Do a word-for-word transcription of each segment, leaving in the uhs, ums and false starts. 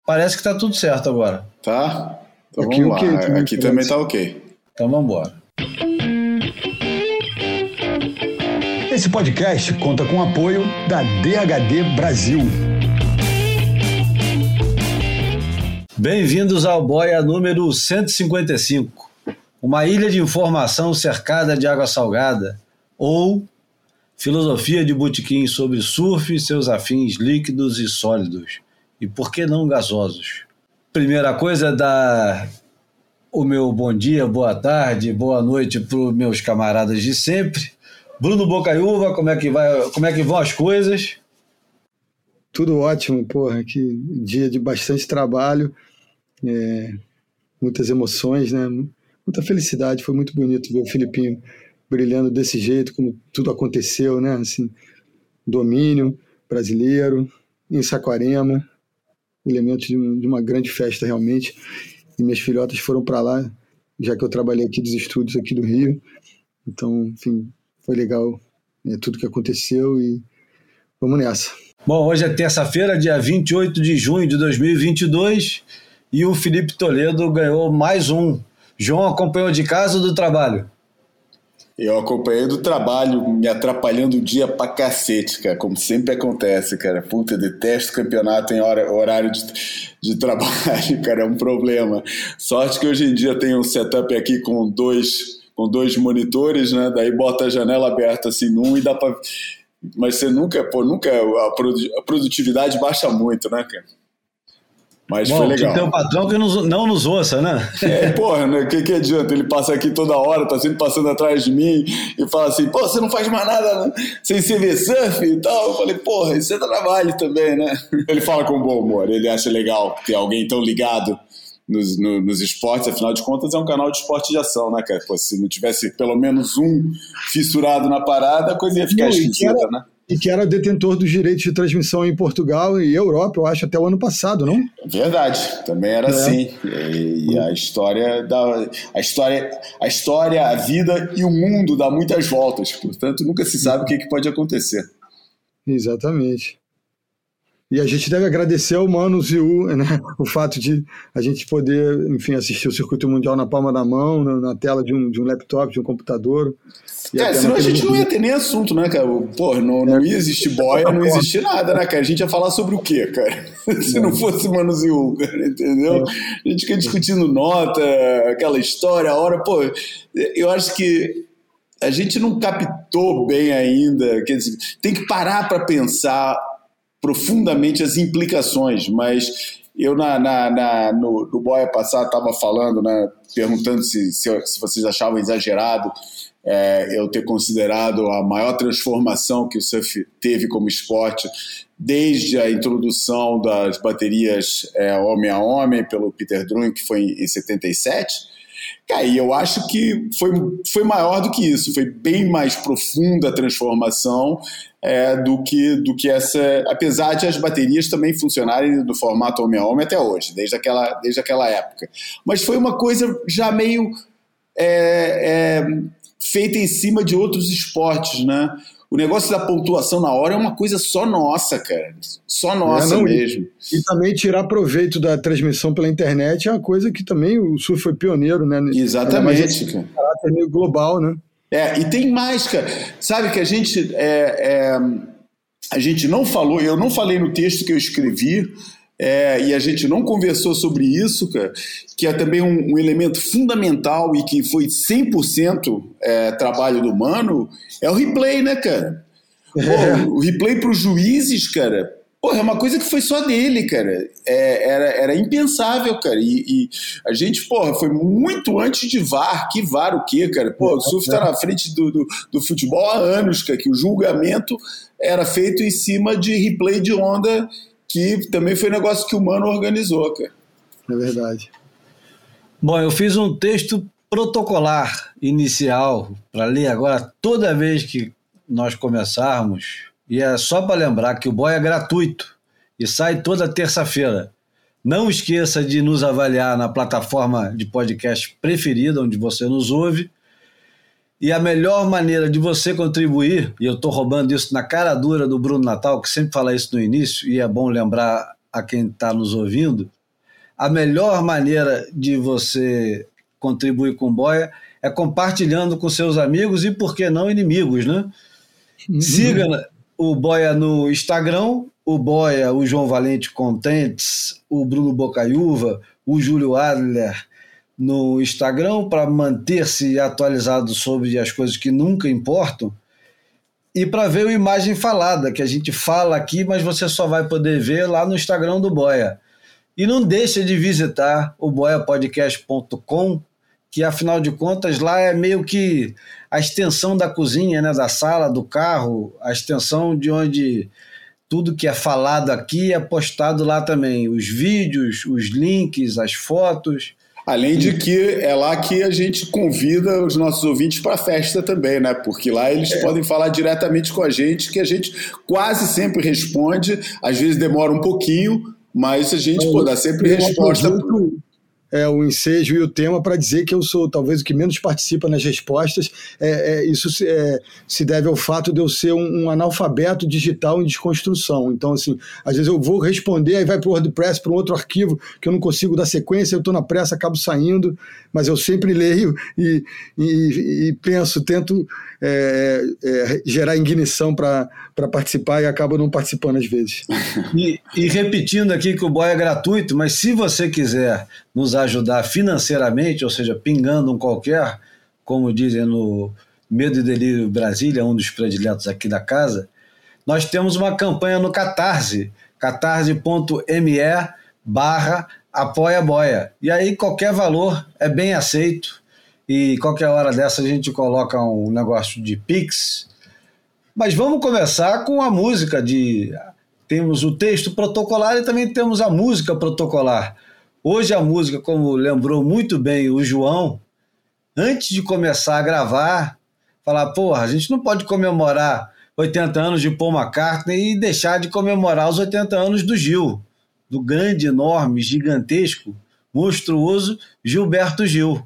Parece que tá tudo certo agora. Tá? Então aqui, vamos okay, lá. também Aqui também tá ok. Então vamos embora. Esse podcast conta com o apoio da D H D Brasil. Bem-vindos ao Boia número cento e cinquenta e cinco. Uma ilha de informação cercada de água salgada, ou filosofia de botequim sobre surf e seus afins líquidos e sólidos, e por que não gasosos. Primeira coisa é dar o meu bom dia, boa tarde, boa noite para os meus camaradas de sempre. Bruno Bocaiúva, como é que vai, como é que vão as coisas? Tudo ótimo, porra, que dia de bastante trabalho, é, muitas emoções, né? Muita felicidade, foi muito bonito ver o Filipinho brilhando desse jeito, como tudo aconteceu, né? Assim, domínio brasileiro, em Saquarema, elemento de, de uma grande festa realmente, e minhas filhotas foram para lá, já que eu trabalhei aqui dos estúdios aqui do Rio, então, enfim, foi legal, né, tudo que aconteceu e vamos nessa. Bom, hoje é terça-feira, dia vinte e oito de junho de dois mil e vinte e dois, e o Felipe Toledo ganhou mais um. João acompanhou de casa ou do trabalho? Eu acompanhei do trabalho, me atrapalhando o dia pra cacete, cara, como sempre acontece, cara. Puta, eu detesto campeonato em hora, horário de, de trabalho, cara, é um problema. Sorte que hoje em dia tem um setup aqui com dois, com dois monitores, né? Daí bota a janela aberta assim num e dá pra... Mas você nunca, pô, nunca a produtividade baixa muito, né, cara? Mas bom, foi legal. Tem um patrão que nos, não nos ouça, né? É, porra, né? Que, que adianta? Ele passa aqui toda hora, tá sempre passando atrás de mim e fala assim, pô, você não faz mais nada, né? Sem ser ver surf e tal. Eu falei, porra, isso é trabalho também, né? Ele fala com bom humor, ele acha legal ter alguém tão ligado nos, no, nos esportes, afinal de contas é um canal de esporte de ação, né, cara? Pô, se não tivesse pelo menos um fissurado na parada, a coisa ia ficar não, esquisita, era... né? E que era detentor dos direitos de transmissão em Portugal e Europa, eu acho, até o ano passado, não? Verdade, também era é. assim. E, e a história dá, a história, a história, a vida e o mundo dá muitas voltas, portanto, nunca se sabe o que, que pode acontecer. Exatamente. E a gente deve agradecer ao Mano Ziu, né, o fato de a gente poder, enfim, assistir o circuito mundial na palma da mão, na, na tela de um, de um laptop, de um computador. É, senão a gente não ia ter nem assunto, né, cara? Pô, não, não ia existir boia, não ia existir nada, né, cara? A gente ia falar sobre o quê, cara? Se não fosse Mano Ziu, cara, entendeu? A gente fica discutindo nota, aquela história, a hora, pô, eu acho que a gente não captou bem ainda, quer dizer, tem que parar para pensar profundamente as implicações, mas eu na, na, na, no, no Boia passado estava falando, né, perguntando se, se, se vocês achavam exagerado é, eu ter considerado a maior transformação que o surf teve como esporte desde a introdução das baterias é, homem a homem pelo Peter Druin, que foi em setenta e sete. Cara, e eu acho que foi, foi maior do que isso, foi bem mais profunda a transformação é, do, que, do que essa, apesar de as baterias também funcionarem no formato homem a homem até hoje, desde aquela, desde aquela época. Mas foi uma coisa já meio é, é, feita em cima de outros esportes, né? O negócio da pontuação na hora é uma coisa só nossa, cara. Só nossa é, não, mesmo. E, e também tirar proveito da transmissão pela internet é uma coisa que também o surf foi pioneiro, né? Exatamente, cara. Um caráter meio global, né? É, e tem mais, cara. Sabe que a gente, é, é, a gente não falou, eu não falei no texto que eu escrevi, é, e a gente não conversou sobre isso, cara, que é também um, um elemento fundamental e que foi cem por cento é, trabalho do Mano, é o replay, né, cara? Pô, é. O replay para os juízes, cara, pô, é uma coisa que foi só dele, cara. É, era, era impensável, cara. E, e a gente, porra, foi muito antes de V A R. Que V A R o quê, cara? Pô, o surf tá na frente do, do, do futebol há anos, cara, que o julgamento era feito em cima de replay de onda, que também foi um negócio que o Mano organizou, cara. É verdade. Bom, eu fiz um texto protocolar inicial para ler agora toda vez que nós começarmos, e é só para lembrar que o Boia é gratuito e sai toda terça-feira. Não esqueça de nos avaliar na plataforma de podcast preferida, onde você nos ouve. E a melhor maneira de você contribuir, e eu estou roubando isso na cara dura do Bruno Natal, que sempre fala isso no início, e é bom lembrar a quem está nos ouvindo, a melhor maneira de você contribuir com o Boia é compartilhando com seus amigos e, por que não, inimigos, né? Uhum. Siga o Boia no Instagram, o Boia, o João Valente Contentes, o Bruno Bocaiúva, o Júlio Adler no Instagram, para manter-se atualizado sobre as coisas que nunca importam, e para ver o Imagem Falada, que a gente fala aqui, mas você só vai poder ver lá no Instagram do Boia. E não deixa de visitar o boia podcast ponto com, que afinal de contas lá é meio que a extensão da cozinha, né, da sala, do carro, a extensão de onde tudo que é falado aqui é postado lá também, os vídeos, os links, as fotos. Além de que é lá que a gente convida os nossos ouvintes para a festa também, né? Porque lá eles é. podem falar diretamente com a gente, que a gente quase sempre responde, às vezes demora um pouquinho, mas a gente pô, dá sempre resposta. É, o ensejo e o tema para dizer que eu sou talvez o que menos participa nas respostas. É, é, isso se, é, se deve ao fato de eu ser um, um analfabeto digital em desconstrução. Então, assim, às vezes eu vou responder, aí vai para o WordPress, para um outro arquivo que eu não consigo dar sequência, eu estou na pressa, acabo saindo, mas eu sempre leio e, e, e penso, tento é, é, gerar ignição para participar e acabo não participando às vezes. E, e repetindo aqui que o Boia é gratuito, mas se você quiser nos ajudar financeiramente, ou seja, pingando um qualquer, como dizem no Medo e Delírio Brasília, um dos prediletos aqui da casa, nós temos uma campanha no Catarse, catarse.me barra apoia boia. E aí qualquer valor é bem aceito e qualquer hora dessa a gente coloca um negócio de Pix. Mas vamos começar com a música de... Temos o texto protocolar e também temos a música protocolar. Hoje a música, como lembrou muito bem o João, antes de começar a gravar, falar, porra, a gente não pode comemorar oitenta anos de Paul McCartney e deixar de comemorar os oitenta anos do Gil, do grande, enorme, gigantesco, monstruoso Gilberto Gil.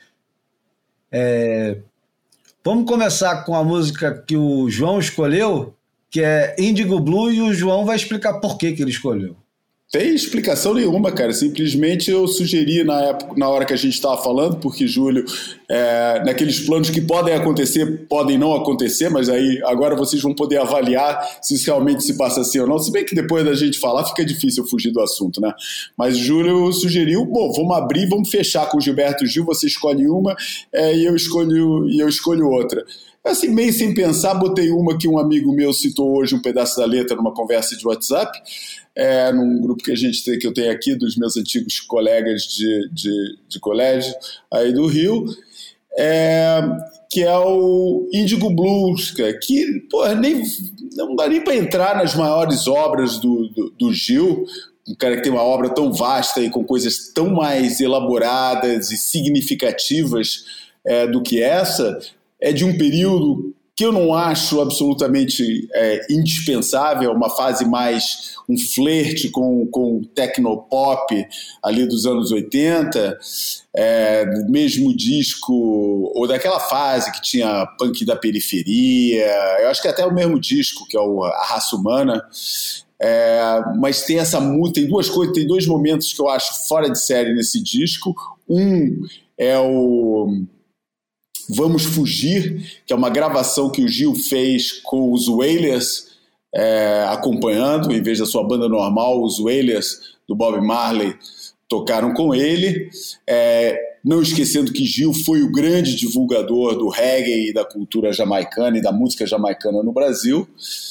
É... Vamos começar com a música que o João escolheu, que é Indigo Blue, e o João vai explicar por que, que ele escolheu. Tem explicação nenhuma, cara. Simplesmente eu sugeri na época, na hora que a gente estava falando, porque, Júlio, é, naqueles planos que podem acontecer, podem não acontecer, mas aí agora vocês vão poder avaliar se isso realmente se passa assim ou não. Se bem que depois da gente falar fica difícil fugir do assunto, né? Mas o Júlio sugeriu, bom, vamos abrir, vamos fechar com o Gilberto Gil, você escolhe uma é, e, eu escolho, e eu escolho outra. Assim, meio sem pensar, botei uma que um amigo meu citou hoje, um pedaço da letra, numa conversa de WhatsApp, é, num grupo que, a gente tem, que eu tenho aqui, dos meus antigos colegas de, de, de colégio aí do Rio, é, que é o Indigo Blues, cara, que porra, nem, não dá nem para entrar nas maiores obras do, do, do Gil, um cara que tem uma obra tão vasta e com coisas tão mais elaboradas e significativas é, do que essa. É de um período que eu não acho absolutamente é, indispensável, uma fase mais, um flerte com, com o tecnopop ali dos anos oitenta, é, do mesmo disco, ou daquela fase que tinha punk da periferia, eu acho que até o mesmo disco, que é o A Raça Humana, é, mas tem essa tem duas coisas, tem dois momentos que eu acho fora de série nesse disco. Um é o Vamos Fugir, que é uma gravação que o Gil fez com os Wailers é, acompanhando, em vez da sua banda normal, os Wailers do Bob Marley tocaram com ele, é, não esquecendo que Gil foi o grande divulgador do reggae e da cultura jamaicana e da música jamaicana no Brasil.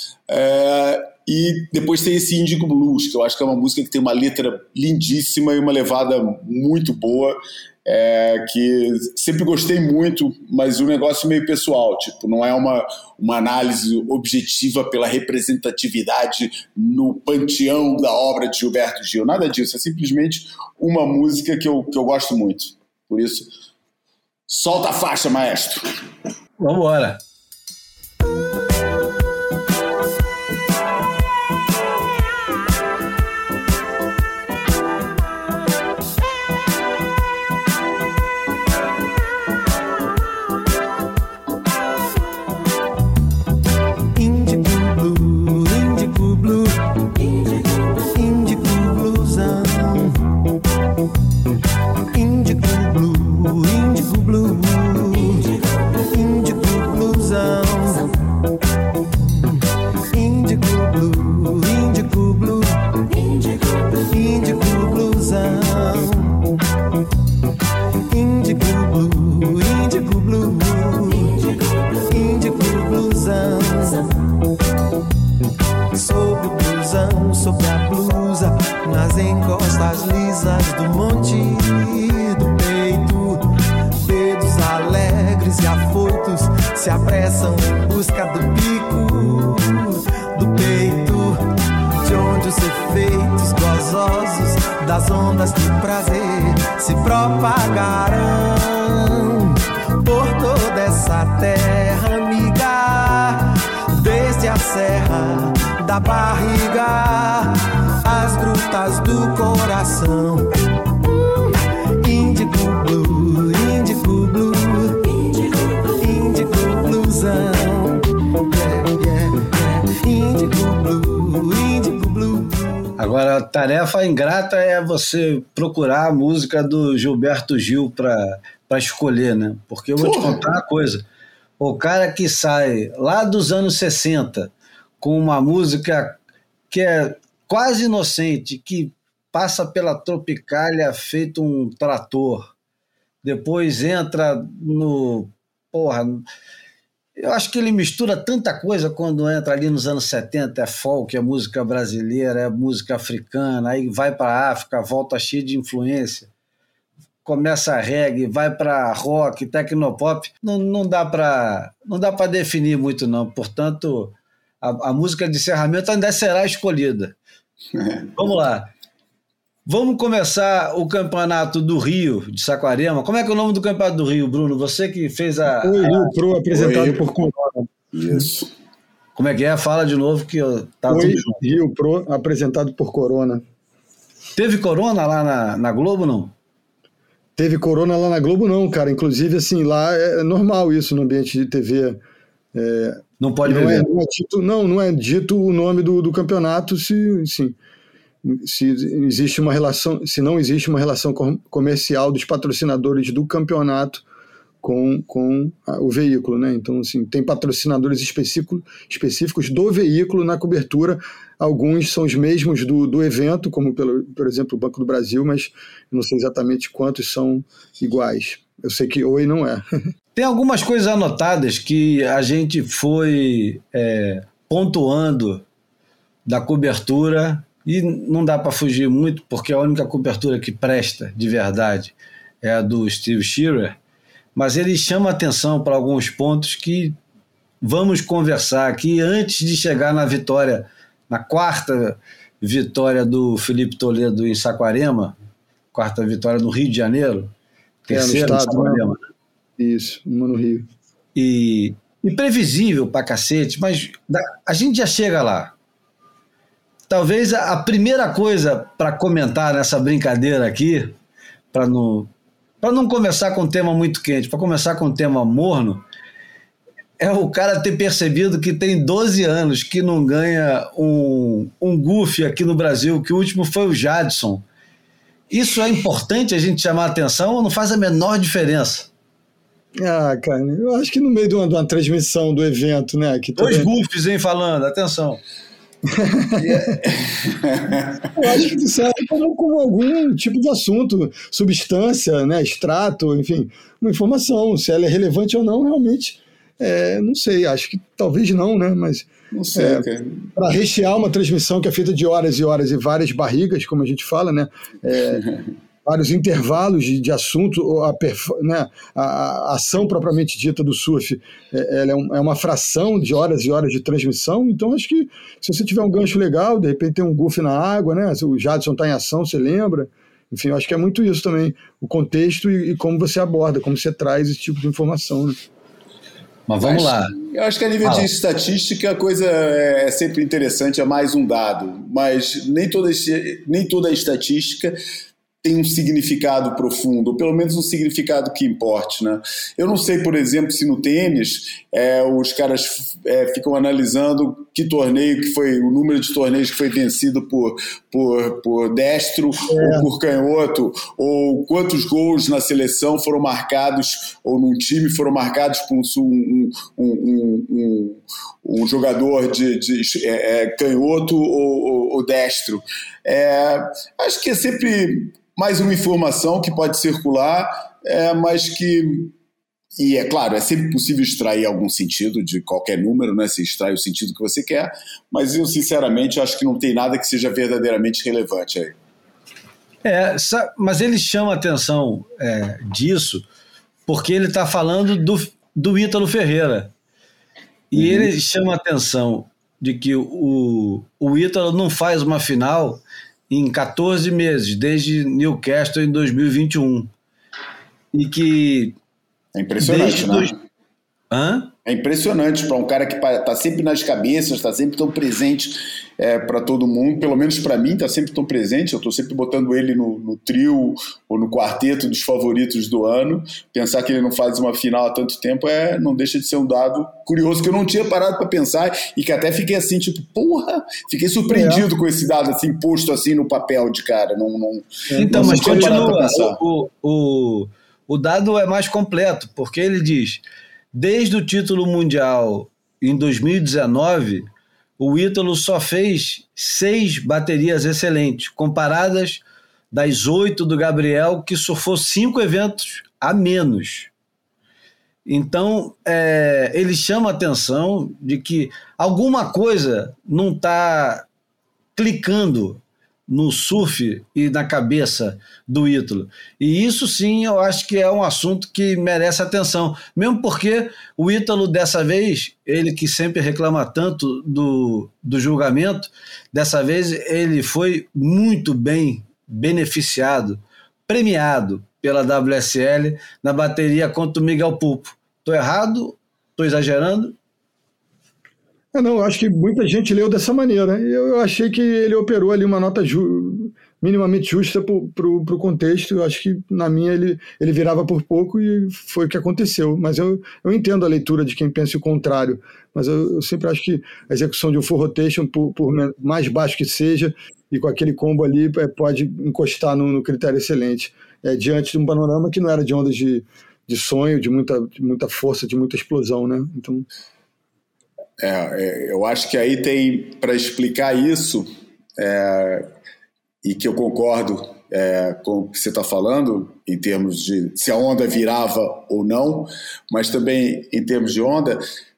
É, e depois tem esse Indigo Blues, que eu acho que é uma música que tem uma letra lindíssima e uma levada muito boa, é, que sempre gostei muito, mas um negócio meio pessoal, tipo, não é uma, uma análise objetiva pela representatividade no panteão da obra de Gilberto Gil, nada disso, é simplesmente uma música que eu, que eu gosto muito. Por isso, solta a faixa, maestro. Vamos embora. Costas lisas do monte do peito, dedos alegres e afoitos se apressam em busca do pico do peito, de onde os efeitos gozosos das ondas do prazer se propagarão por toda essa terra amiga, desde a serra da barriga às grutas do coração. Indigo blue, indigo blue, indigo bluesão. Yeah, yeah, yeah. Indigo blue, indigo blue. Agora, a tarefa ingrata é você procurar a música do Gilberto Gil para escolher, né? Porque eu vou te contar uma coisa. O cara que sai lá dos anos sessenta com uma música que é quase inocente, que passa pela Tropicália feito um trator, depois entra no... Porra, eu acho que ele mistura tanta coisa quando entra ali nos anos setenta, é folk, é música brasileira, é música africana, aí vai para a África, volta cheio de influência, começa reggae, vai para rock, tecnopop, não, não dá para não dá para definir muito não, portanto a, a música de encerramento ainda será escolhida. Vamos lá. Vamos começar o campeonato do Rio, de Saquarema. Como é que é o nome do campeonato do Rio, Bruno? Você que fez a... O Rio Pro, apresentado Oi. por Corona. Isso. Como é que é? Fala de novo que eu tava Oi, tudo junto. Rio Pro, apresentado por Corona. Teve Corona lá na, na Globo, não? Teve Corona lá na Globo, não, cara. Inclusive, assim, lá é normal isso no ambiente de T V. É, Não pode não, beber. é, não, é dito, não, não é dito o nome do, do campeonato se, sim, se existe uma relação, se não existe uma relação com, comercial dos patrocinadores do campeonato com, com a, o veículo, né? Então, assim, tem patrocinadores específico, específicos do veículo na cobertura. Alguns são os mesmos do, do evento, como, pelo, por exemplo, o Banco do Brasil, mas não sei exatamente quantos são iguais. Eu sei que Oi não é. Tem algumas coisas anotadas que a gente foi é, pontuando da cobertura e não dá para fugir muito, porque a única cobertura que presta de verdade é a do Steve Shearer, mas ele chama atenção para alguns pontos que vamos conversar aqui antes de chegar na vitória, na quarta vitória do Felipe Toledo em Saquarema, quarta vitória no Rio de Janeiro, terceira é, em Saquarema. Né? Isso, uma no Rio. E imprevisível pra cacete, mas a gente já chega lá. Talvez a primeira coisa para comentar nessa brincadeira aqui, para não, para não começar com um tema muito quente, para começar com um tema morno, é o cara ter percebido que tem doze anos que não ganha um, um Goofy aqui no Brasil, que o último foi o Jadson. Isso é importante a gente chamar a atenção ou não faz a menor diferença? Ah, cara, eu acho que no meio de uma, de uma transmissão do evento, né? Que Dois também... Goofys, hein, falando, atenção. Eu acho que serve como, como algum tipo de assunto, substância, né, extrato, enfim, uma informação, se ela é relevante ou não, realmente, é, não sei, acho que talvez não, né, mas não sei, é, para rechear uma transmissão que é feita de horas e horas e várias barrigas, como a gente fala, né, é, vários intervalos de, de assunto, a, né, a, a ação propriamente dita do surf é, ela é, um, é uma fração de horas e horas de transmissão, então acho que se você tiver um gancho legal, de repente tem um Goofy na água, né, o Jadson está em ação, você lembra, enfim, eu acho que é muito isso também, o contexto e, e como você aborda, como você traz esse tipo de informação, né? Mas vamos Mas, lá. Eu acho que a nível Fala. de estatística a coisa é sempre interessante, é mais um dado, mas nem toda, nem toda a estatística tem um significado profundo, ou pelo menos um significado que importe, né? Eu não sei, por exemplo, se no tênis é, os caras é, ficam analisando que torneio que foi, o número de torneios que foi vencido por, por, por destro é. ou por canhoto, ou quantos gols na seleção foram marcados, ou num time foram marcados por um, um, um, um, um jogador de, de é, canhoto ou, ou, ou destro. É, acho que é sempre mais uma informação que pode circular, é, mas que, e é claro, é sempre possível extrair algum sentido de qualquer número, né? Você extrai o sentido que você quer, mas eu sinceramente acho que não tem nada que seja verdadeiramente relevante aí. É, mas ele chama a atenção é, disso porque ele está falando do, do Ítalo Ferreira. E uhum. ele chama a atenção de que o, o Ítalo não faz uma final em catorze meses, desde Newcastle em dois mil e vinte e um. E que... É impressionante, né? Dois... Hã? É impressionante para um cara que está sempre nas cabeças, está sempre tão presente é, para todo mundo, pelo menos para mim está sempre tão presente, eu estou sempre botando ele no, no trio ou no quarteto dos favoritos do ano. Pensar que ele não faz uma final há tanto tempo é, não deixa de ser um dado curioso, que eu não tinha parado para pensar e que até fiquei assim, tipo, porra, fiquei surpreendido é. com esse dado assim, posto assim no papel de cara. Não, não, então, não mas continua, o, o, o dado é mais completo, porque ele diz... Desde o título mundial em dois mil e dezenove, o Ítalo só fez seis baterias excelentes, comparadas das oito do Gabriel, que surfou cinco eventos a menos. Então, é, ele chama a atenção de que alguma coisa não está clicando no surf e na cabeça do Ítalo. E isso sim, eu acho que é um assunto que merece atenção, mesmo porque o Ítalo dessa vez, ele que sempre reclama tanto do, do julgamento, dessa vez ele foi muito bem beneficiado, premiado pela W S L na bateria contra o Miguel Pulpo. Estou errado? Estou exagerando? É, não, eu acho que muita gente leu dessa maneira. Eu, eu achei que ele operou ali uma nota ju, minimamente justa para o contexto. Eu acho que, na minha, ele, ele virava por pouco e foi o que aconteceu. Mas eu, eu entendo a leitura de quem pensa o contrário. Mas eu, eu sempre acho que a execução de um full rotation, por, por mais baixo que seja, e com aquele combo ali, é, pode encostar no, no critério excelente. É, diante de um panorama que não era de ondas de, de sonho, de muita, de muita força, de muita explosão, né? Então... É, eu acho que aí tem, para explicar isso, é, e que eu concordo é, com o que você está falando, em termos de se a onda virava ou não, mas também em termos de onda,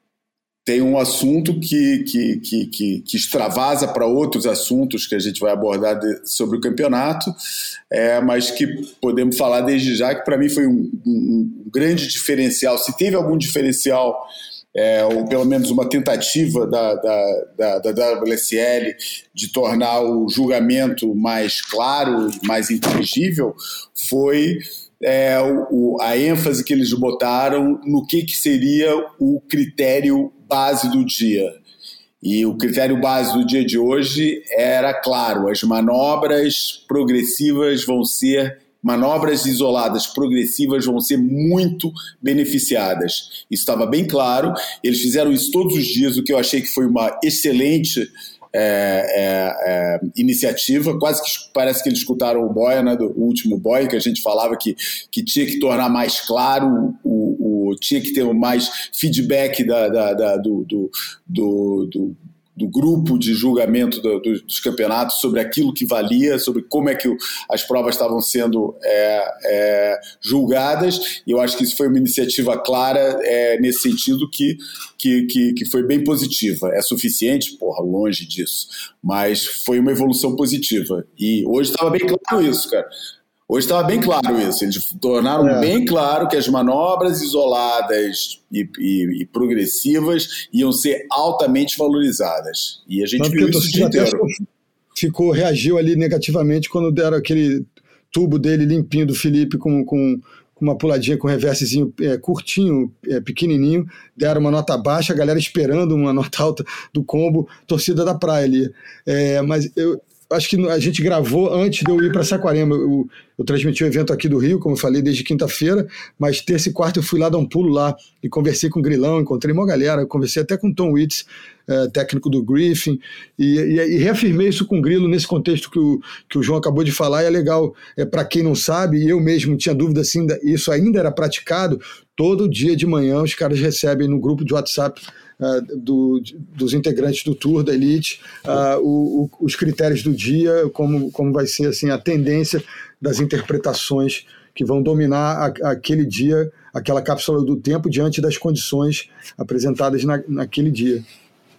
tem um assunto que, que, que, que, que extravasa para outros assuntos que a gente vai abordar de, sobre o campeonato, é, mas que podemos falar desde já que para mim foi um, um, um grande diferencial. Se teve algum diferencial... É, ou pelo menos uma tentativa da, da, da, da W S L de tornar o julgamento mais claro, mais inteligível, foi é, o, a ênfase que eles botaram no que, que seria o critério base do dia. E o critério base do dia de hoje era claro, as manobras progressivas vão ser manobras isoladas progressivas vão ser muito beneficiadas. Isso estava bem claro, eles fizeram isso todos os dias, o que eu achei que foi uma excelente é, é, é, iniciativa, quase que parece que eles escutaram o Boia, né, do o último Boia, que a gente falava que, que tinha que tornar mais claro, o, o, tinha que ter mais feedback da, da, da, do, do, do, do do grupo de julgamento do, do, dos campeonatos sobre aquilo que valia, sobre como é que o, as provas estavam sendo é, é, julgadas, e eu acho que isso foi uma iniciativa clara é, nesse sentido que, que, que, que foi bem positiva. É suficiente? Porra, longe disso, mas foi uma evolução positiva, e hoje estava bem claro isso, cara. Hoje estava bem claro isso, eles tornaram é. bem claro que as manobras isoladas e, e, e progressivas iam ser altamente valorizadas. E a gente Tanto viu isso o dia inteiro. Ficou, ficou, reagiu ali negativamente quando deram aquele tubo dele limpinho do Felipe com, com, com uma puladinha com reversezinho é, curtinho, é, pequenininho, deram uma nota baixa, a galera esperando uma nota alta do combo, torcida da praia ali. É, mas eu... acho que a gente gravou antes de eu ir para Saquarema. Eu, eu transmiti o evento aqui do Rio, como eu falei, desde quinta-feira, mas terça e quarta eu fui lá dar um pulo lá e conversei com o Grilão, encontrei uma galera, conversei até com o Tom Witts, é, técnico do Griffin, e, e, e reafirmei isso com o Grilo nesse contexto que o, que o João acabou de falar, e é legal, é, para quem não sabe, e eu mesmo tinha dúvida assim, isso ainda era praticado, todo dia de manhã os caras recebem no grupo de WhatsApp Uh, do, dos integrantes do Tour da Elite, uh, o, o, os critérios do dia, como, como vai ser assim, a tendência das interpretações que vão dominar a, aquele dia, aquela cápsula do tempo diante das condições apresentadas na, naquele dia.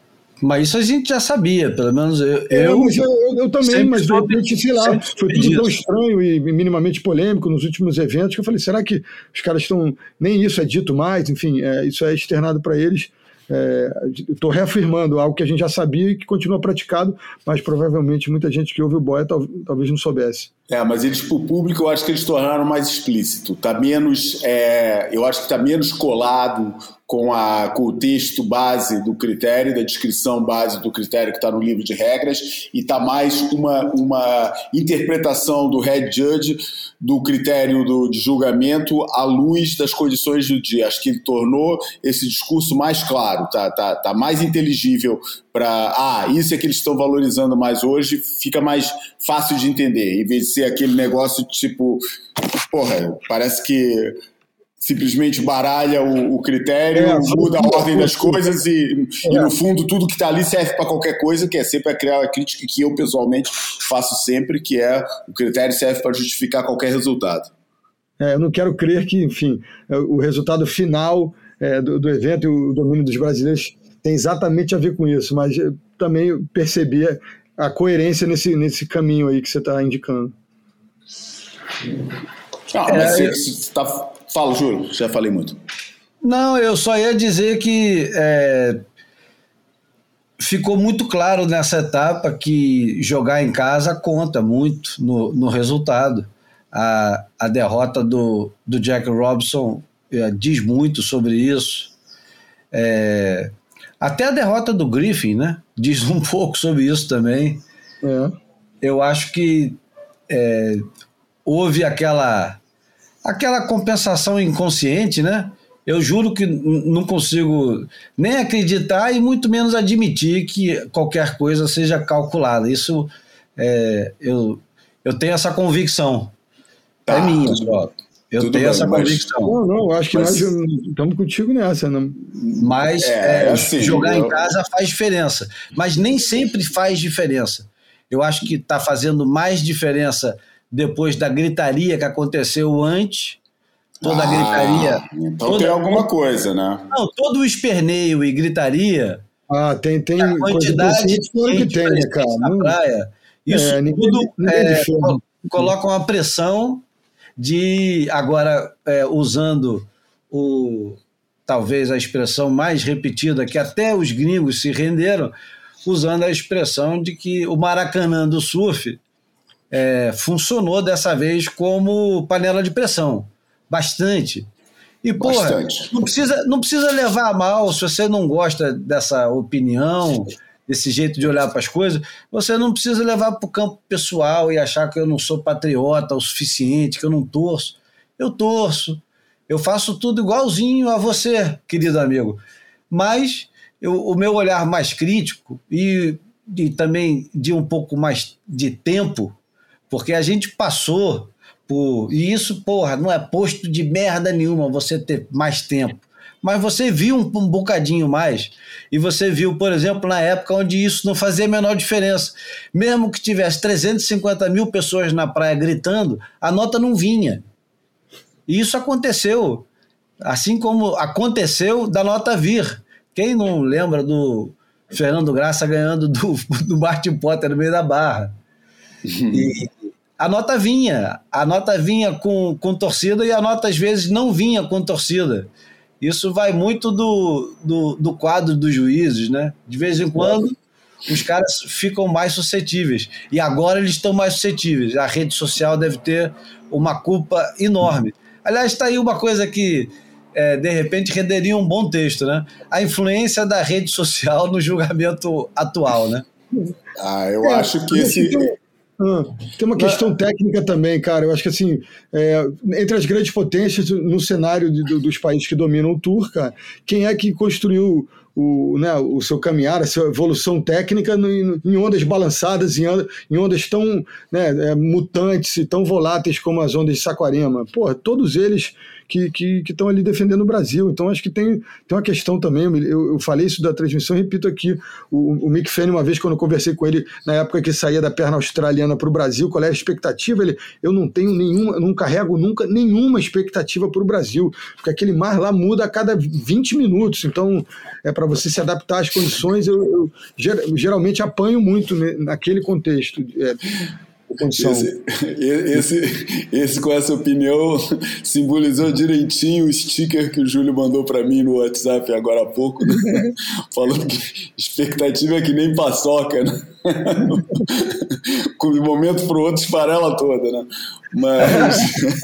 Mas isso a gente já sabia, pelo menos eu. É, eu, mas eu, eu, eu também, mas de repente, sei lá, foi tudo tão estranho e minimamente polêmico nos últimos eventos que eu falei, será que os caras estão. Nem isso é dito mais, enfim, é, isso é externado para eles. É, estou reafirmando algo que a gente já sabia e que continua praticado, mas provavelmente muita gente que ouve o Boia tal, talvez não soubesse. É, mas eles, para o público, eu acho que eles tornaram mais explícito. Tá menos, é, eu acho que está menos colado com, a, com o texto base do critério, da descrição base do critério que está no livro de regras, e está mais uma, uma interpretação do head judge do critério do, de julgamento à luz das condições do dia. Acho que ele tornou esse discurso mais claro, tá, tá, tá mais inteligível para, ah, isso é que eles estão valorizando mais hoje, fica mais fácil de entender, em vez de ser aquele negócio tipo, porra, parece que simplesmente baralha o, o critério, é, muda a ordem das coisas e, é. e no fundo tudo que está ali serve para qualquer coisa, que é sempre aquela crítica que eu pessoalmente faço sempre, que é o critério serve para justificar qualquer resultado. É, eu não quero crer que, enfim, o resultado final é, do, do evento e o domínio dos brasileiros tem exatamente a ver com isso, mas eu também percebi a coerência nesse, nesse caminho aí que você está indicando. Ah, mas é, você está... Fala, Júlio, já falei muito. Não, eu só ia dizer que é, ficou muito claro nessa etapa que jogar em casa conta muito no, no resultado. A, a derrota do, do Jack Robinson é, diz muito sobre isso. É, até a derrota do Griffin, né, diz um pouco sobre isso também. É. Eu acho que é, houve aquela... aquela compensação inconsciente, né? Eu juro que não consigo nem acreditar e muito menos admitir que qualquer coisa seja calculada. Isso, é, eu, eu tenho essa convicção. Tá, é minha, só. Eu tenho bem, essa mas... convicção. Não, não, acho que mas... nós estamos contigo nessa. Não. Mas é, é, assim, jogar eu... em casa faz diferença. Mas nem sempre faz diferença. Eu acho que está fazendo mais diferença depois da gritaria que aconteceu antes, toda ah, a gritaria... Então toda, tem alguma coisa, né? Não, todo o esperneio e gritaria... Ah, tem, tem a quantidade de gente que tem, né, cara? Na não, praia, isso é, ninguém, tudo ninguém é, coloca uma pressão de, agora, é, usando o, talvez a expressão mais repetida, que até os gringos se renderam, usando a expressão de que o Maracanã do surf... É, funcionou dessa vez como panela de pressão, bastante. E, porra, bastante. Não, precisa, não precisa levar a mal se você não gosta dessa opinião, desse jeito de olhar para as coisas, você não precisa levar para o campo pessoal e achar que eu não sou patriota o suficiente, que eu não torço. Eu torço, eu faço tudo igualzinho a você, querido amigo. Mas eu, o meu olhar mais crítico e, e também de um pouco mais de tempo, porque a gente passou por... E isso, porra, não é posto de merda nenhuma você ter mais tempo. Mas você viu um, um bocadinho mais. E você viu, por exemplo, na época onde isso não fazia a menor diferença. Mesmo que tivesse trezentas e cinquenta mil pessoas na praia gritando, a nota não vinha. E isso aconteceu. Assim como aconteceu da nota vir. Quem não lembra do Fernando Graça ganhando do, do Martin Potter no meio da barra? E a nota vinha, a nota vinha com, com torcida e a nota às vezes não vinha com torcida. Isso vai muito do, do, do quadro dos juízes, né? De vez em quando os caras ficam mais suscetíveis e agora eles estão mais suscetíveis. A rede social deve ter uma culpa enorme. Aliás, está aí uma coisa que é, de repente renderia um bom texto, né? A influência da rede social no julgamento atual, né? Ah, eu é, acho que esse... Ah, tem uma questão técnica também, cara. Eu acho que assim, é, entre as grandes potências no cenário de, do, dos países que dominam o Tour, cara, quem é que construiu o, né, o seu caminhar, a sua evolução técnica no, em ondas balançadas, em, em ondas tão, né, é, mutantes e tão voláteis como as ondas de Saquarema? Porra, todos eles que que estão ali defendendo o Brasil. Então acho que tem, tem uma questão também, eu, eu falei isso da transmissão, repito aqui, o, o Mick Fanning, uma vez quando eu conversei com ele, na época que saía da perna australiana para o Brasil, qual é a expectativa? Ele, eu não tenho nenhuma, não carrego nunca nenhuma expectativa para o Brasil, porque aquele mar lá muda a cada vinte minutos, então é para você se adaptar às condições. Eu, eu geralmente apanho muito naquele contexto. É, esse, esse, esse, com essa opinião, simbolizou direitinho o sticker que o Júlio mandou para mim no WhatsApp agora há pouco, né? Falando que expectativa é que nem paçoca, né? Com um momento para o outro esfarela toda, né? Mas,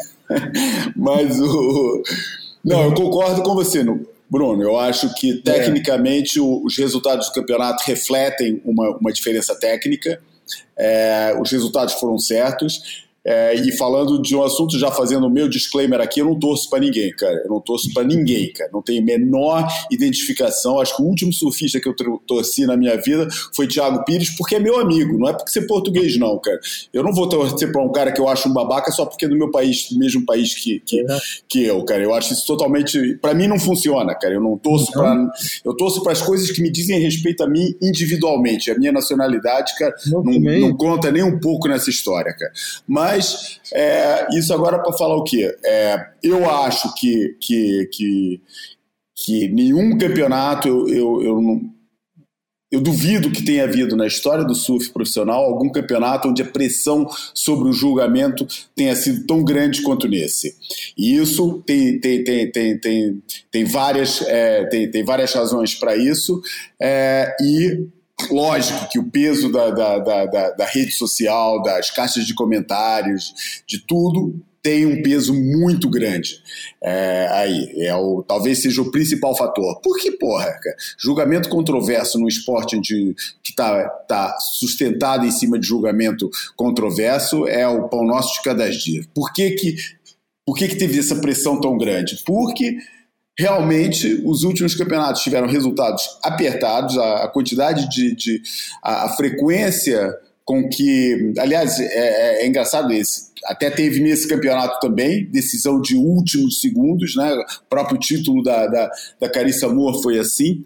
mas o... Não, eu concordo com você, Bruno. Eu acho que tecnicamente é. os resultados do campeonato refletem uma, uma diferença técnica. É, os resultados foram certos. É, e falando de um assunto, já fazendo o meu disclaimer aqui, eu não torço para ninguém, cara. Eu não torço para ninguém, cara. Não tenho menor identificação. Acho que o último surfista que eu torci na minha vida foi Thiago Pires, porque é meu amigo. Não é porque ser português, não, cara. Eu não vou torcer para um cara que eu acho um babaca só porque é do meu país, do mesmo país que, que, é. que eu, cara. Eu acho isso totalmente... Para mim não funciona, cara. Eu não torço para... Eu torço para as coisas que me dizem respeito a mim individualmente. A minha nacionalidade, cara, não, não conta nem um pouco nessa história, cara. Mas Mas é, isso agora para falar o quê? É, eu acho que, que, que, que nenhum campeonato, eu, eu, eu, não, eu duvido que tenha havido na história do surf profissional algum campeonato onde a pressão sobre o julgamento tenha sido tão grande quanto nesse. E isso tem, tem, tem, tem, tem, tem, várias, é, tem, tem várias razões para isso, é, e lógico que o peso da, da, da, da, da rede social, das caixas de comentários, de tudo, tem um peso muito grande. É, aí, é o, talvez seja o principal fator. Por que, porra, cara? Julgamento controverso no esporte onde, que está tá sustentado em cima de julgamento controverso é o pão nosso de cada dia. Por que que, por que que teve essa pressão tão grande? Porque... realmente, os últimos campeonatos tiveram resultados apertados, a, a quantidade de... de a, a frequência com que... Aliás, é, é, é engraçado esse. Até teve nesse campeonato também, decisão de últimos segundos, né? O próprio título da, da, da Carissa Moore foi assim.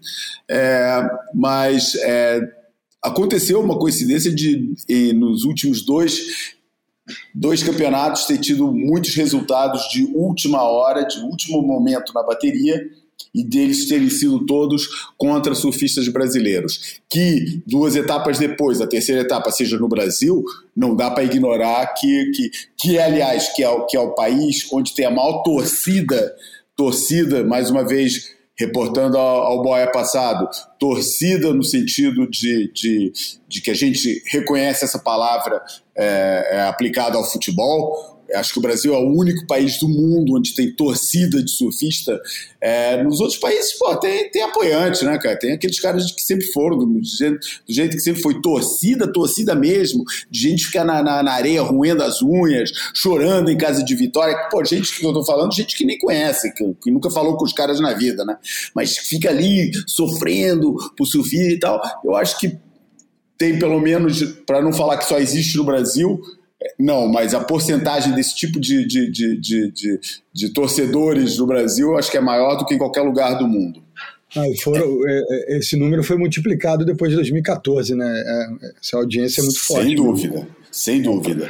É, mas é, aconteceu uma coincidência de, e, nos últimos dois... dois campeonatos ter tido muitos resultados de última hora, de último momento na bateria, e deles terem sido todos contra surfistas brasileiros. Que duas etapas depois, a terceira etapa seja no Brasil, não dá para ignorar que, que, que, aliás, que é, o, que é o país onde tem a maior torcida, torcida, mais uma vez, reportando ao, ao Boia passado, torcida no sentido de, de, de que a gente reconhece essa palavra é, é, aplicada ao futebol. Acho que o Brasil é o único país do mundo onde tem torcida de surfista. É, nos outros países, pô, tem, tem apoiante, né, cara? Tem aqueles caras que sempre foram, do, do, jeito, do jeito que sempre foi torcida, torcida mesmo, de gente ficar na, na, na areia roendo as unhas, chorando em casa de vitória. Pô, gente que eu tô falando, gente que nem conhece, que, que nunca falou com os caras na vida, né? Mas fica ali sofrendo por surfista e tal. Eu acho que tem pelo menos, para não falar que só existe no Brasil... Não, mas a porcentagem desse tipo de, de, de, de, de, de torcedores no Brasil eu acho que é maior do que em qualquer lugar do mundo. Ah, foram, é, esse número foi multiplicado depois de dois mil e catorze, né? É, essa audiência é muito forte. Sem dúvida, né? Sem dúvida.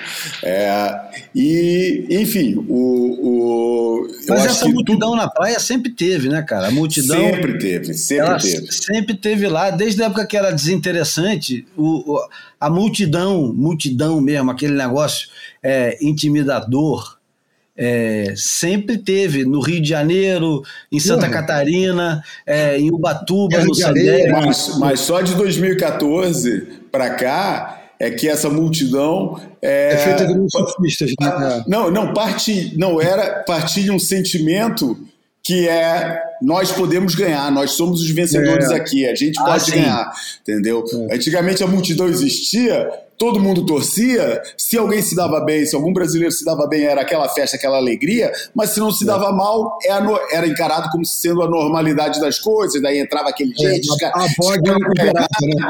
É, e, enfim, o... o Mas eu essa multidão tudo... na praia sempre teve, né, cara? A multidão... Sempre teve, sempre teve. Sempre teve lá, desde a época que era desinteressante, o, o, a multidão, multidão mesmo, aquele negócio é, intimidador, é, sempre teve no Rio de Janeiro, em Santa uhum. Catarina, é, em Ubatuba, é, no Sandé. Mas, mas só de dois mil e catorze para cá... é que essa multidão é, é feita de surfistas, né? Não, não, parti, não era partilha um sentimento que é nós podemos ganhar, nós somos os vencedores é. aqui, a gente ah, pode sim. ganhar, entendeu? É. Antigamente a multidão existia, todo mundo torcia, se alguém se dava bem, se algum brasileiro se dava bem, era aquela festa, aquela alegria, mas se não se dava mal, era encarado como sendo a normalidade das coisas, daí entrava aquele gente, é, a, a boga era liberada, né?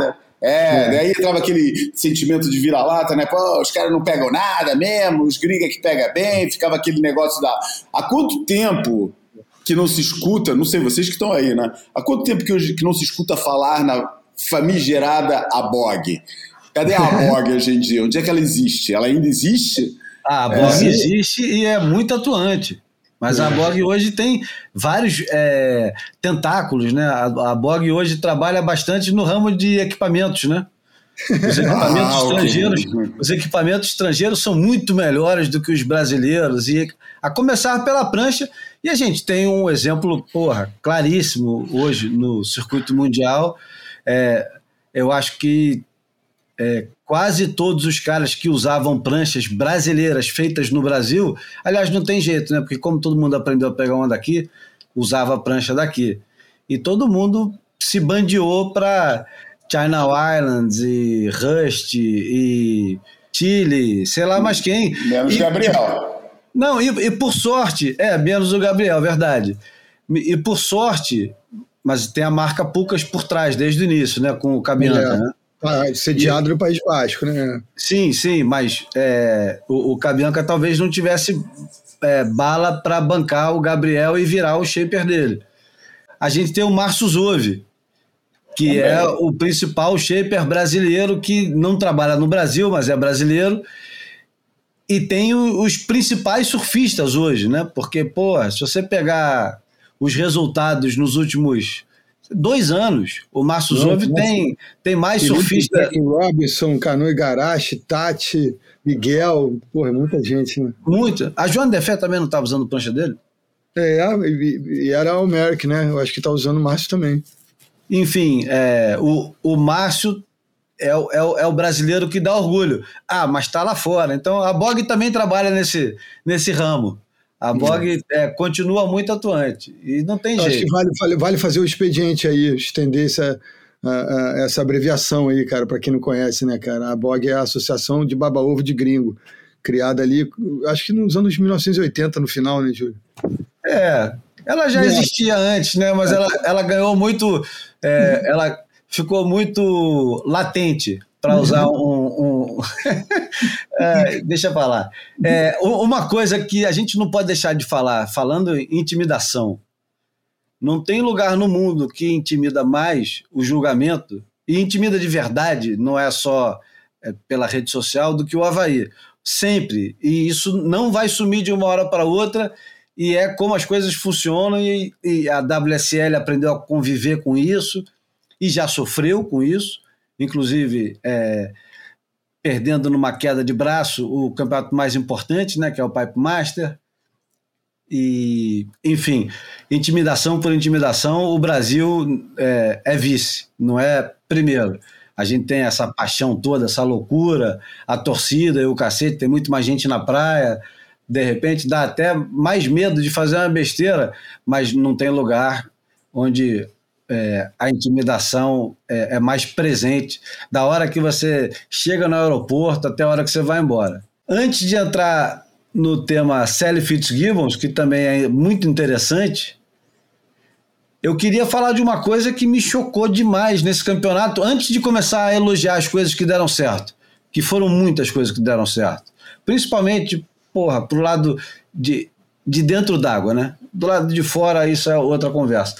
É, daí entrava aquele sentimento de vira-lata, né? Pô, os caras não pegam nada mesmo, os gringos é que pega bem, ficava aquele negócio da... Há quanto tempo que não se escuta, não sei, vocês que estão aí, né? Há quanto tempo que, hoje, que não se escuta falar na famigerada A B O G? Cadê a A B O G hoje em dia? Onde é que ela existe? Ela ainda existe? A B O G é. existe e é muito atuante. Mas a B O G hoje tem vários é, tentáculos, né? A, a B O G hoje trabalha bastante no ramo de equipamentos, né? Os equipamentos, ah, estrangeiros, okay. os equipamentos estrangeiros são muito melhores do que os brasileiros, e a começar pela prancha. E a gente tem um exemplo, porra, claríssimo hoje no circuito mundial. É, eu acho que é, quase todos os caras que usavam pranchas brasileiras feitas no Brasil, aliás, não tem jeito, né? Porque como todo mundo aprendeu a pegar uma daqui, usava a prancha daqui. E todo mundo se bandeou para China Islands e Rust e Chile, sei lá mais quem. Menos e, Gabriel. Não, e, e por sorte, é, menos o Gabriel, verdade. E por sorte, mas tem a marca Pucas por trás, desde o início, né? Com o Cabianca, é. né? Ah, sediado no País Basco, né? Sim, sim, mas é, o, o Cabianca talvez não tivesse é, bala para bancar o Gabriel e virar o shaper dele. A gente tem o Márcio Zove, que Também. é o principal shaper brasileiro que não trabalha no Brasil, mas é brasileiro, e tem o, os principais surfistas hoje, né? Porque, pô, se você pegar os resultados nos últimos dois anos, o Márcio Zove tem, tem mais Felipe, surfista... Robinson, Cano Igarashi, Tati, Miguel, porra, muita gente, né? Muita. A Joana Defé também não estava usando prancha dele? É, e, e era o Merck, né? Eu acho que está usando o Márcio também. Enfim, é, o, o Márcio é o, é, o, é o brasileiro que dá orgulho. Ah, mas está lá fora. Então a B O G também trabalha nesse, nesse ramo. A B O G é, continua muito atuante e não tem Acho jeito. Acho que vale, vale, vale fazer o expediente aí, estender essa, a, a, essa abreviação aí, cara, para quem não conhece, né, cara? A B O G é a Associação de Baba-Ovo de Gringo, criada ali, acho que nos anos mil novecentos e oitenta, no final, né, Júlio? É, ela já existia antes, né? Mas ela, ela ganhou muito, é, ela ficou muito latente, para usar um... um é, deixa eu falar. É, uma coisa que a gente não pode deixar de falar, falando em intimidação, não tem lugar no mundo que intimida mais o julgamento, e intimida de verdade, não é só é, pela rede social, do que o Avaí. Sempre. E isso não vai sumir de uma hora para outra, e é como as coisas funcionam, e, e a W S L aprendeu a conviver com isso, e já sofreu com isso, inclusive é, perdendo numa queda de braço o campeonato mais importante, né, que é o Pipe Master. E, enfim, intimidação por intimidação, o Brasil é, é vice, não é primeiro. A gente tem essa paixão toda, essa loucura, a torcida e o cacete, tem muito mais gente na praia, de repente dá até mais medo de fazer uma besteira, mas não tem lugar onde é, a intimidação é, é mais presente, da hora que você chega no aeroporto até a hora que você vai embora. Antes de entrar no tema Sally Fitzgibbons, que também é muito interessante, eu queria falar de uma coisa que me chocou demais nesse campeonato, antes de começar a elogiar as coisas que deram certo, que foram muitas coisas que deram certo, principalmente, porra, pro lado de, de dentro d'água, né? Do lado de fora, isso é outra conversa.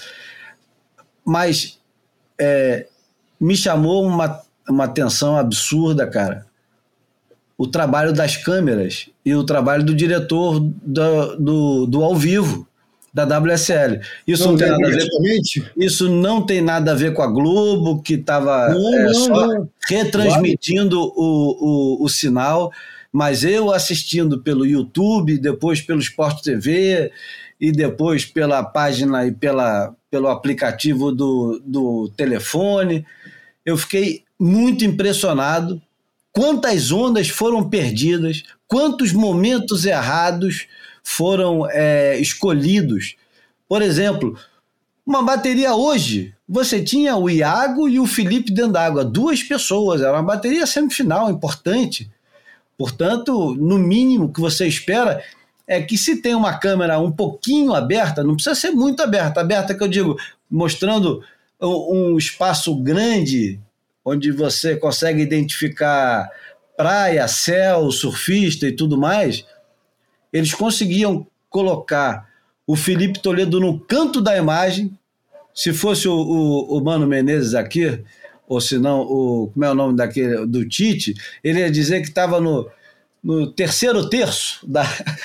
Mas é, me chamou uma, uma atenção absurda, cara, o trabalho das câmeras e o trabalho do diretor do, do, do ao vivo da W S L. Isso não, não tem nada a ver com, isso não tem nada a ver com a Globo, que estava é, só não. retransmitindo o, o, o sinal, mas eu assistindo pelo YouTube, depois pelo Sport T V e depois pela página e pela, pelo aplicativo do, do telefone, eu fiquei muito impressionado. Quantas ondas foram perdidas, quantos momentos errados foram é, escolhidos. Por exemplo, uma bateria hoje, você tinha o Iago e o Felipe dentro d'água, duas pessoas, era uma bateria semifinal importante. Portanto, no mínimo que você espera é que se tem uma câmera um pouquinho aberta, não precisa ser muito aberta, aberta que eu digo, mostrando um espaço grande onde você consegue identificar praia, céu, surfista e tudo mais, eles conseguiam colocar o Felipe Toledo no canto da imagem. Se fosse o, o, o Mano Menezes aqui, ou se não, o, como é o nome daquele, do Tite, ele ia dizer que estava no, no terceiro terço da,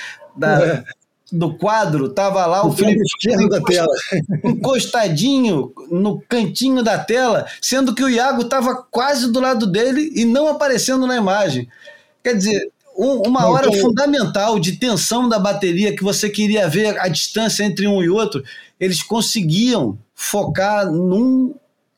da, é. do quadro, estava lá o, o Felipe esquerdo da tela, encostadinho no cantinho da tela, sendo que o Iago estava quase do lado dele e não aparecendo na imagem. Quer dizer, um, uma hora então, fundamental de tensão da bateria, que você queria ver a distância entre um e outro, eles conseguiam focar num,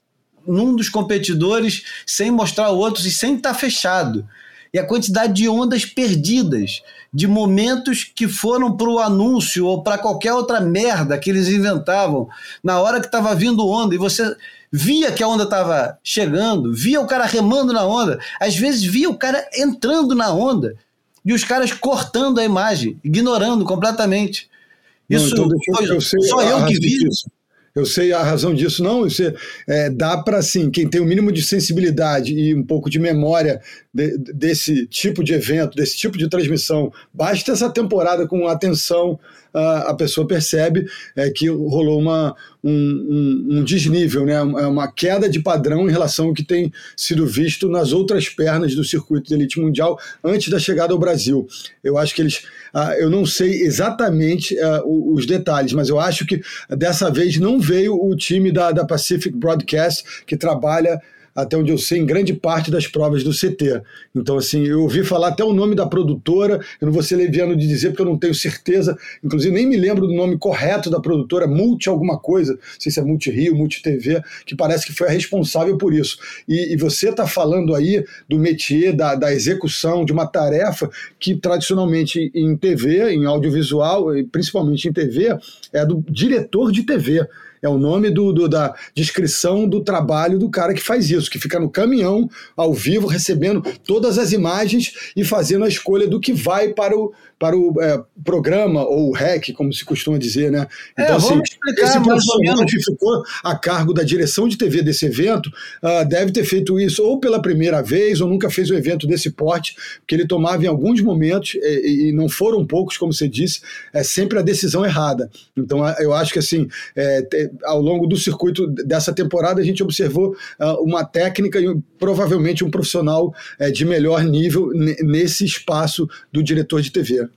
num dos competidores sem mostrar outros e sem estar fechado. E a quantidade de ondas perdidas, de momentos que foram para o anúncio ou para qualquer outra merda que eles inventavam na hora que estava vindo onda, e você via que a onda estava chegando, via o cara remando na onda, às vezes via o cara entrando na onda e os caras cortando a imagem, ignorando completamente. Isso não, então foi, eu só eu que vi. Disso. Eu sei a razão disso. Não, você, é, dá para, assim, quem tem o mínimo de sensibilidade e um pouco de memória de, desse tipo de evento, desse tipo de transmissão, basta essa temporada com atenção, a, a pessoa percebe é, que rolou uma, um, um, um desnível, né? Uma queda de padrão em relação ao que tem sido visto nas outras pernas do circuito de elite mundial antes da chegada ao Brasil. Eu acho que eles... Uh, eu não sei exatamente uh, os detalhes, mas eu acho que dessa vez não veio o time da, da Pacific Broadcast, que trabalha, até onde eu sei, em grande parte das provas do C T. Então, assim, eu ouvi falar até o nome da produtora, eu não vou ser leviano de dizer, porque eu não tenho certeza, inclusive nem me lembro do nome correto da produtora, Multi alguma coisa, não sei se é Multi Rio, Multi T V, que parece que foi a responsável por isso. E, e você está falando aí do métier, da, da execução de uma tarefa que tradicionalmente em T V, em audiovisual, e principalmente em T V, é do diretor de T V. É o nome do, do, da descrição do trabalho do cara que faz isso, que fica no caminhão, ao vivo, recebendo todas as imagens e fazendo a escolha do que vai para o, para o é, programa, ou o R E C, como se costuma dizer, né? Então, é, assim, esse profissional que ficou a cargo da direção de T V desse evento uh, deve ter feito isso ou pela primeira vez, ou nunca fez um evento desse porte, porque ele tomava em alguns momentos, e, e não foram poucos, como você disse, é sempre a decisão errada. Então, eu acho que, assim, é, ao longo do circuito dessa temporada, a gente observou uh, uma técnica e provavelmente um profissional uh, de melhor nível nesse espaço do diretor de T V.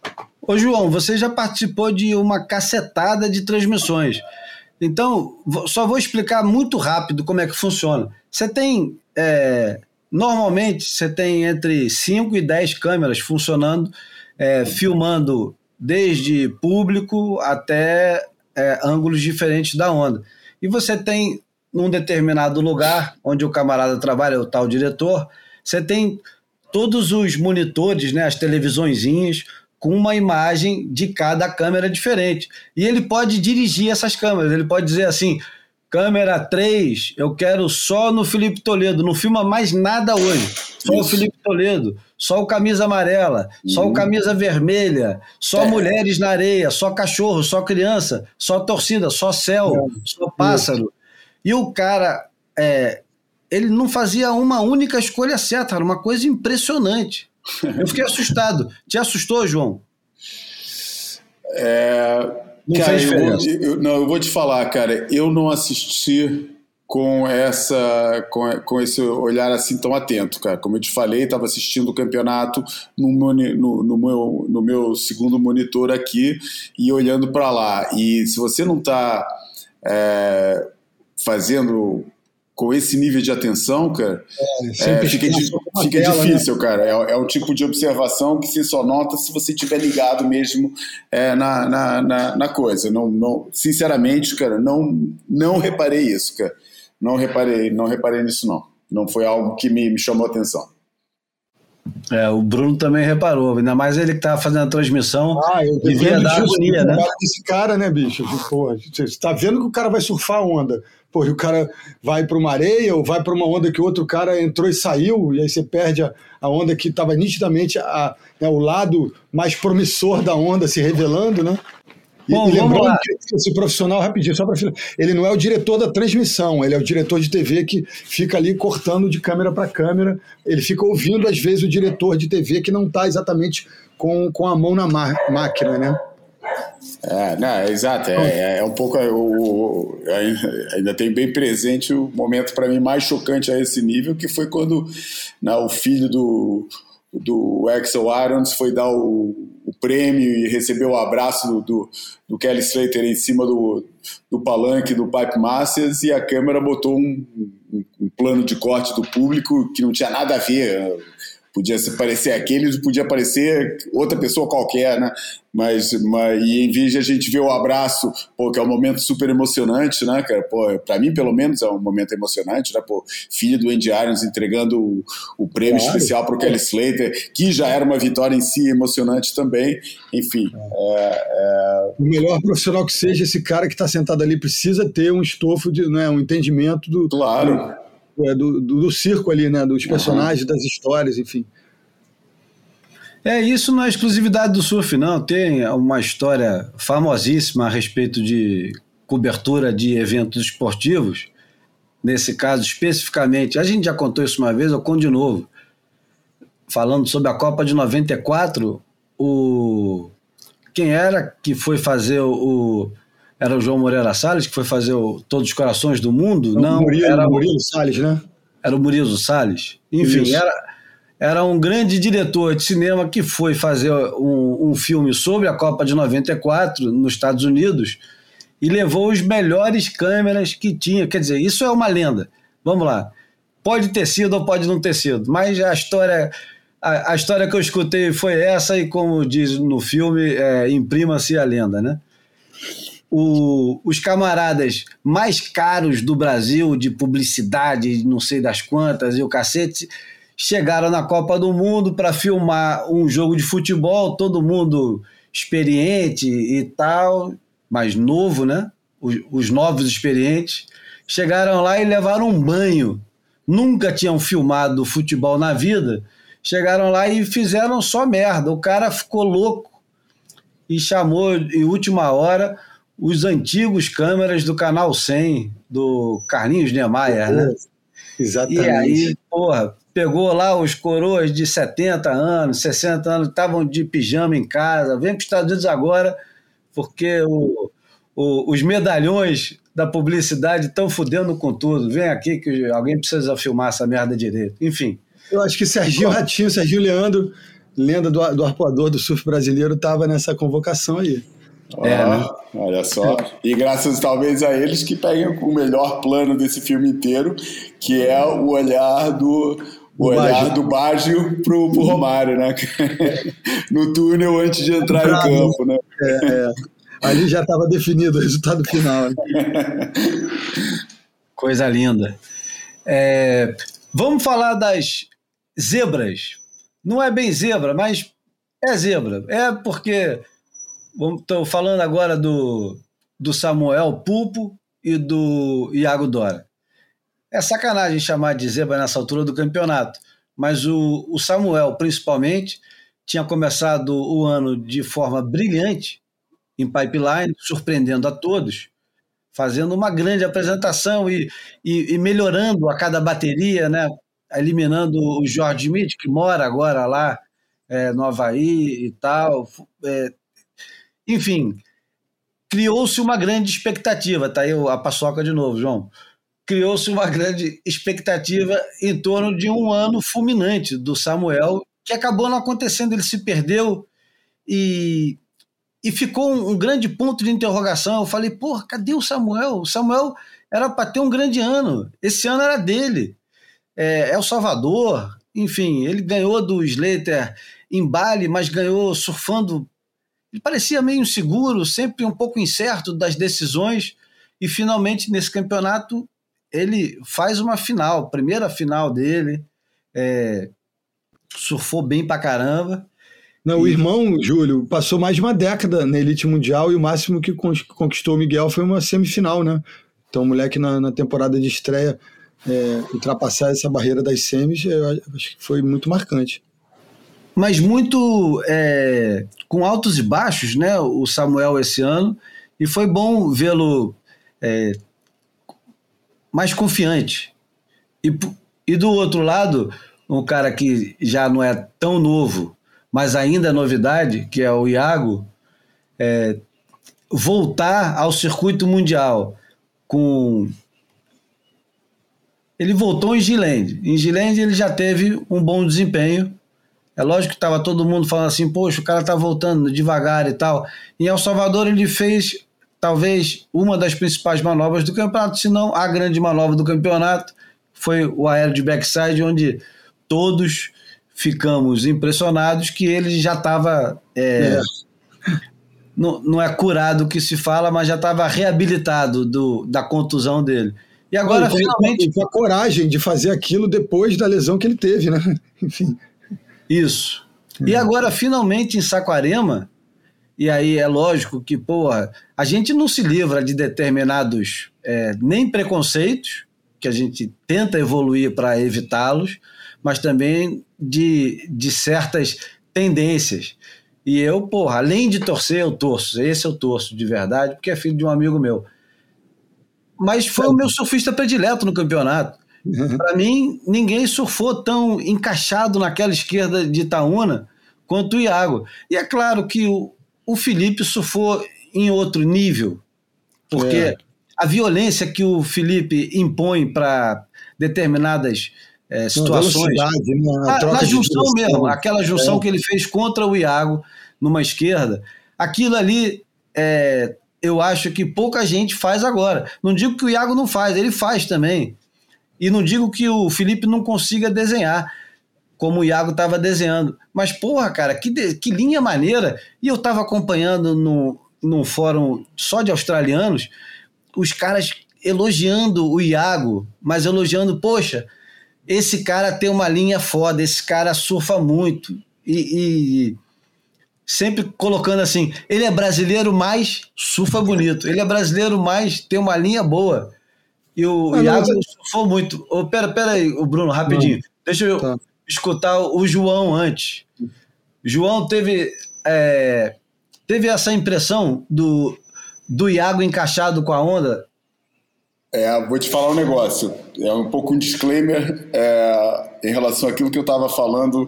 Ô João, você já participou de uma cacetada de transmissões. Então, só vou explicar muito rápido como é que funciona. Você tem, é, normalmente, você tem entre cinco e dez câmeras funcionando, é, filmando desde público até é, ângulos diferentes da onda. E você tem, num determinado lugar, onde o camarada trabalha, o tal diretor, você tem todos os monitores, né, as televisõezinhas, com uma imagem de cada câmera diferente. E ele pode dirigir essas câmeras, ele pode dizer assim, câmera três, eu quero só no Felipe Toledo, não filma mais nada hoje, só Isso. o Felipe Toledo, só o camisa amarela, uhum. só o camisa vermelha, só é. mulheres na areia, só cachorro, só criança, só torcida, só céu, é. só pássaro. Isso. E o cara, é, ele não fazia uma única escolha certa, era uma coisa impressionante. Eu fiquei assustado. Te assustou, João? É, não cara, fez diferença. Eu, eu, não, eu vou te falar, cara, eu não assisti com, essa, com, com esse olhar assim tão atento, cara. Como eu te falei, estava assistindo o campeonato no, no, no, meu, no meu segundo monitor aqui e olhando para lá. E se você não está é, fazendo com esse nível de atenção, cara, é, é, fica, fica tela, difícil, né? Cara. É, é o tipo de observação que você só nota se você estiver ligado mesmo é, na, na, na, na coisa. Não, não, sinceramente, cara, não, não reparei isso, cara. Não reparei, não reparei nisso, não. Não foi algo que me, me chamou a atenção. É, o Bruno também reparou, ainda mais ele que estava fazendo a transmissão. Ah, eu devia dar agonia, né? Esse cara, né, bicho? Pô, você está vendo que o cara vai surfar a onda. Pô, e o cara vai para uma areia ou vai para uma onda que o outro cara entrou e saiu, e aí você perde a, a onda que estava nitidamente a, né, o lado mais promissor da onda se revelando, né? Bom, e, e lembrando que esse profissional, rapidinho, só para ele não é o diretor da transmissão, ele é o diretor de T V que fica ali cortando de câmera para câmera, ele fica ouvindo, às vezes, o diretor de T V que não está exatamente com, com a mão na máquina, né? É, não, é exato, é, é um pouco, o, o, ainda tem bem presente o momento para mim mais chocante a esse nível, que foi quando, né, o filho do, do Axel Irons foi dar o, o prêmio e recebeu o abraço do, do, do Kelly Slater em cima do, do palanque do Pipe Masters, e a câmera botou um, um, um plano de corte do público que não tinha nada a ver. Podia parecer aquele, podia parecer outra pessoa qualquer, né? Mas, mas e em vez de a gente ver o abraço, pô, que é um momento super emocionante, né, cara? Pô, pra mim, pelo menos, é um momento emocionante, né? Pô, filho do Andy Irons entregando o, o prêmio claro. especial pro Kelly Slater, que já era uma vitória em si emocionante também. Enfim. É, é... O melhor profissional que seja, esse cara que está sentado ali precisa ter um estofo, de, né, um entendimento do. Claro. Do... É, do, do, do circo ali, né? Dos personagens, uhum. das histórias, enfim. É, isso não é exclusividade do surf, não. Tem uma história famosíssima a respeito de cobertura de eventos esportivos. Nesse caso, especificamente, a gente já contou isso uma vez, eu conto de novo. Falando sobre a Copa de noventa e quatro, o... quem era que foi fazer o... Era o João Moreira Salles, que foi fazer o Todos os Corações do Mundo? Não, não Murilo, era o Murilo Salles, né? Era o Murilo Salles. Enfim, era, era um grande diretor de cinema que foi fazer um, um filme sobre a Copa de noventa e quatro nos Estados Unidos e levou os melhores câmeras que tinha. Quer dizer, isso é uma lenda. Vamos lá. Pode ter sido ou pode não ter sido, mas a história... A, a história que eu escutei foi essa e, como diz no filme, é, imprima-se a lenda, né? O, os camaradas mais caros do Brasil, de publicidade, não sei das quantas, e o cacete, chegaram na Copa do Mundo para filmar um jogo de futebol, todo mundo experiente e tal, mais novo, né? Os, os novos experientes, chegaram lá e levaram um banho. Nunca tinham filmado futebol na vida, chegaram lá e fizeram só merda. O cara ficou louco e chamou, em última hora, os antigos câmeras do Canal cem, do Carlinhos Niemeyer, né? Exatamente. E aí, porra, pegou lá os coroas de setenta anos, sessenta anos, estavam de pijama em casa, vem para os Estados Unidos agora, porque o, o, os medalhões da publicidade estão fudendo com tudo. Vem aqui que alguém precisa filmar essa merda direito. Enfim. Eu acho que Serginho Ratinho, Serginho Leandro, lenda do, do arpoador do surf brasileiro, estava nessa convocação aí. É, ah, né? Olha só. E graças talvez a eles que peguem o melhor plano desse filme inteiro, que é o olhar do o olhar Baggio. do Baggio pro, pro Romário, né? No túnel antes de entrar em campo, né? É, é. Ali já estava definido o resultado final. Né? Coisa linda. É, vamos falar das zebras. Não é bem zebra, mas é zebra. É porque... Estou falando agora do, do Samuel Pulpo e do Iago Dora. É sacanagem chamar de zebra nessa altura do campeonato, mas o, o Samuel, principalmente, tinha começado o ano de forma brilhante em Pipeline, surpreendendo a todos, fazendo uma grande apresentação e, e, e melhorando a cada bateria, né? Eliminando o George Smith, que mora agora lá é, no Havaí e tal. É, Enfim, criou-se uma grande expectativa, tá aí a paçoca de novo, João. Criou-se uma grande expectativa em torno de um ano fulminante do Samuel, que acabou não acontecendo, ele se perdeu e, e ficou um, um grande ponto de interrogação. Eu falei, porra, cadê o Samuel? O Samuel era para ter um grande ano, esse ano era dele. É, é o Salvador, enfim, ele ganhou do Slater em Bali, mas ganhou surfando. Ele parecia meio inseguro, sempre um pouco incerto das decisões, e finalmente nesse campeonato ele faz uma final, primeira final dele, é, surfou bem pra caramba. Não, e... O irmão, Júlio, passou mais de uma década na elite mundial e o máximo que conquistou o Miguel foi uma semifinal, né? Então o moleque na, na temporada de estreia é, ultrapassar essa barreira das semis, eu acho que foi muito marcante. mas muito é, com altos e baixos, né, o Samuel esse ano, e foi bom vê-lo é, mais confiante. E, e do outro lado, um cara que já não é tão novo, mas ainda é novidade, que é o Iago, é, voltar ao circuito mundial com... Ele voltou em Gilead. Em Gilead ele já teve um bom desempenho. É lógico que estava todo mundo falando assim, poxa, o cara está voltando devagar e tal. Em El Salvador ele fez talvez uma das principais manobras do campeonato, se não a grande manobra do campeonato, foi o aéreo de backside, onde todos ficamos impressionados que ele já estava... É, é. não, não é curado que se fala, mas já estava reabilitado do, da contusão dele. E agora, ele finalmente... Ele tem a coragem de fazer aquilo depois da lesão que ele teve, né? Enfim. Isso. E agora, finalmente, em Saquarema, e aí é lógico que, porra, a gente não se livra de determinados é, nem preconceitos, que a gente tenta evoluir para evitá-los, mas também de, de certas tendências. E eu, porra, além de torcer, eu torço. Esse eu torço de verdade, porque é filho de um amigo meu. Mas foi o meu surfista predileto no campeonato. Uhum. Para mim, ninguém surfou tão encaixado naquela esquerda de Itaúna quanto o Iago. E é claro que o, o Felipe surfou em outro nível, porque é. a violência que o Felipe impõe para determinadas é, situações, né? a, na junção mesmo, aquela junção é. que ele fez contra o Iago numa esquerda, aquilo ali é, eu acho que pouca gente faz agora. Não digo que o Iago não faz, ele faz também. E não digo que o Felipe não consiga desenhar como o Iago estava desenhando. Mas, porra, cara, que, de, que linha maneira. E eu estava acompanhando no, num fórum só de australianos, os caras elogiando o Iago, mas elogiando, poxa, esse cara tem uma linha foda, esse cara surfa muito. E, e sempre colocando assim, ele é brasileiro, mas surfa bonito. Ele é brasileiro, mas tem uma linha boa. E o ah, Iago não, surfou muito. Oh, pera, pera aí, o Bruno, rapidinho. Não. Deixa eu tá. escutar o João antes. João teve, é, teve essa impressão do, do Iago encaixado com a onda? É, vou te falar um negócio. É um pouco um disclaimer é, em relação àquilo que eu estava falando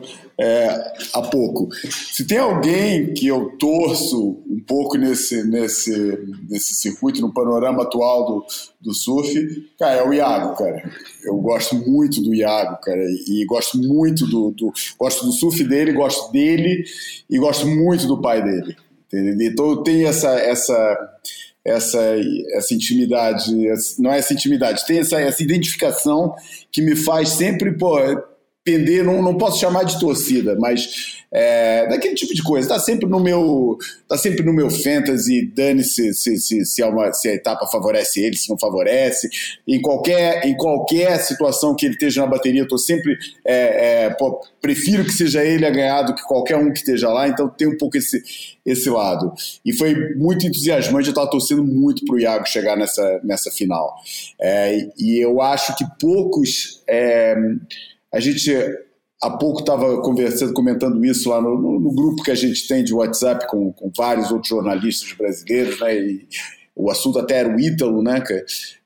é, há pouco. Se tem alguém que eu torço um pouco nesse, nesse, nesse circuito, no panorama atual do, do surf, cara, é o Iago, cara. Eu gosto muito do Iago, cara, e gosto muito do, do, gosto do surf dele, gosto dele e gosto muito do pai dele. Entendeu? Então eu tenho essa... essa essa, essa intimidade, não é essa intimidade, tem essa, essa identificação que me faz sempre, pô, pender, não, não posso chamar de torcida, mas é, daquele tipo de coisa, tá sempre no meu, tá sempre no meu fantasy, dane-se se, se, se, é uma, se a etapa favorece ele, se não favorece, em qualquer, em qualquer situação que ele esteja na bateria, eu tô sempre, é, é, pô, prefiro que seja ele a ganhar do que qualquer um que esteja lá, então tem um pouco esse, esse lado, e foi muito entusiasmante, eu tava torcendo muito pro Iago chegar nessa, nessa final, é, e eu acho que poucos, é, a gente há pouco estava conversando, comentando isso lá no, no, no grupo que a gente tem de WhatsApp com, com vários outros jornalistas brasileiros, né? E o assunto até era o Ítalo, né, cara?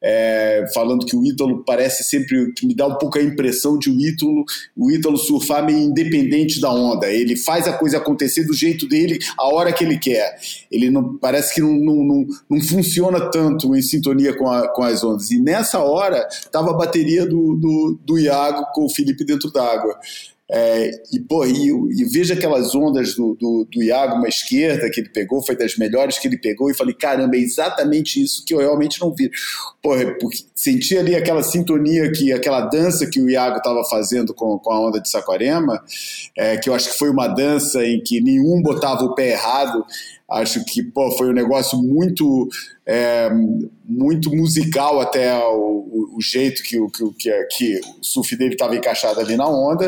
É, falando que o Ítalo parece sempre, que me dá um pouco a impressão de o Ítalo, o Ítalo surfar meio independente da onda. Ele faz a coisa acontecer do jeito dele, a hora que ele quer. Ele não, parece que não, não, não, não funciona tanto em sintonia com, a, com as ondas. E nessa hora estava a bateria do, do, do Iago com o Felipe dentro d'água. É, e, pô, e, e veja aquelas ondas do, do, do Iago, uma esquerda que ele pegou, foi das melhores que ele pegou, e falei, caramba, é exatamente isso que eu realmente não vi. Porra, porque senti ali aquela sintonia, que, aquela dança que o Iago estava fazendo com, com a onda de Saquarema, é, que eu acho que foi uma dança em que nenhum botava o pé errado. Acho que, pô, foi um negócio muito, é, muito musical até o, o, o jeito que o, que, que o surf dele estava encaixado ali na onda,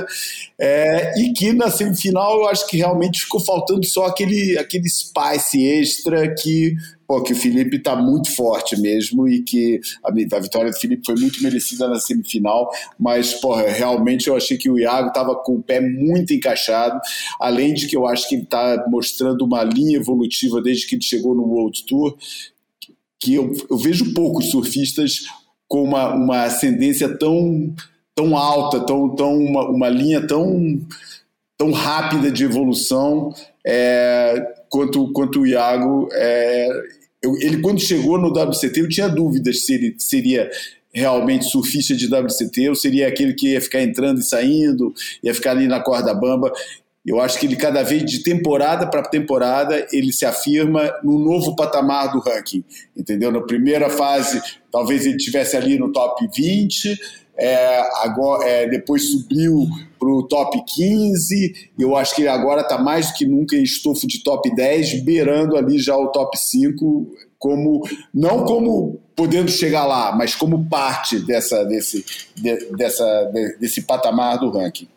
é, e que na semifinal eu acho que realmente ficou faltando só aquele, aquele spice extra que pô, que o Felipe está muito forte mesmo e que a, a vitória do Felipe foi muito merecida na semifinal, mas, porra, realmente eu achei que o Iago estava com o pé muito encaixado, além de que eu acho que ele está mostrando uma linha evolutiva desde que ele chegou no World Tour, que eu, eu vejo poucos surfistas com uma, uma ascendência tão, tão alta, tão, tão, uma, uma linha tão, tão rápida de evolução é, quanto, quanto o Iago. É, eu, ele, quando chegou no W C T, eu tinha dúvidas se ele seria realmente surfista de W C T ou seria aquele que ia ficar entrando e saindo, ia ficar ali na corda bamba. Eu acho que ele, cada vez, de temporada para temporada, ele se afirma no novo patamar do ranking, entendeu? Na primeira fase, talvez ele estivesse ali no top vinte, é, agora, é, depois subiu para o top quinze, e eu acho que ele agora está mais do que nunca em estofo de top dez, beirando ali já o top cinco, como, não como podendo chegar lá, mas como parte dessa, desse, de, dessa, de, desse patamar do ranking.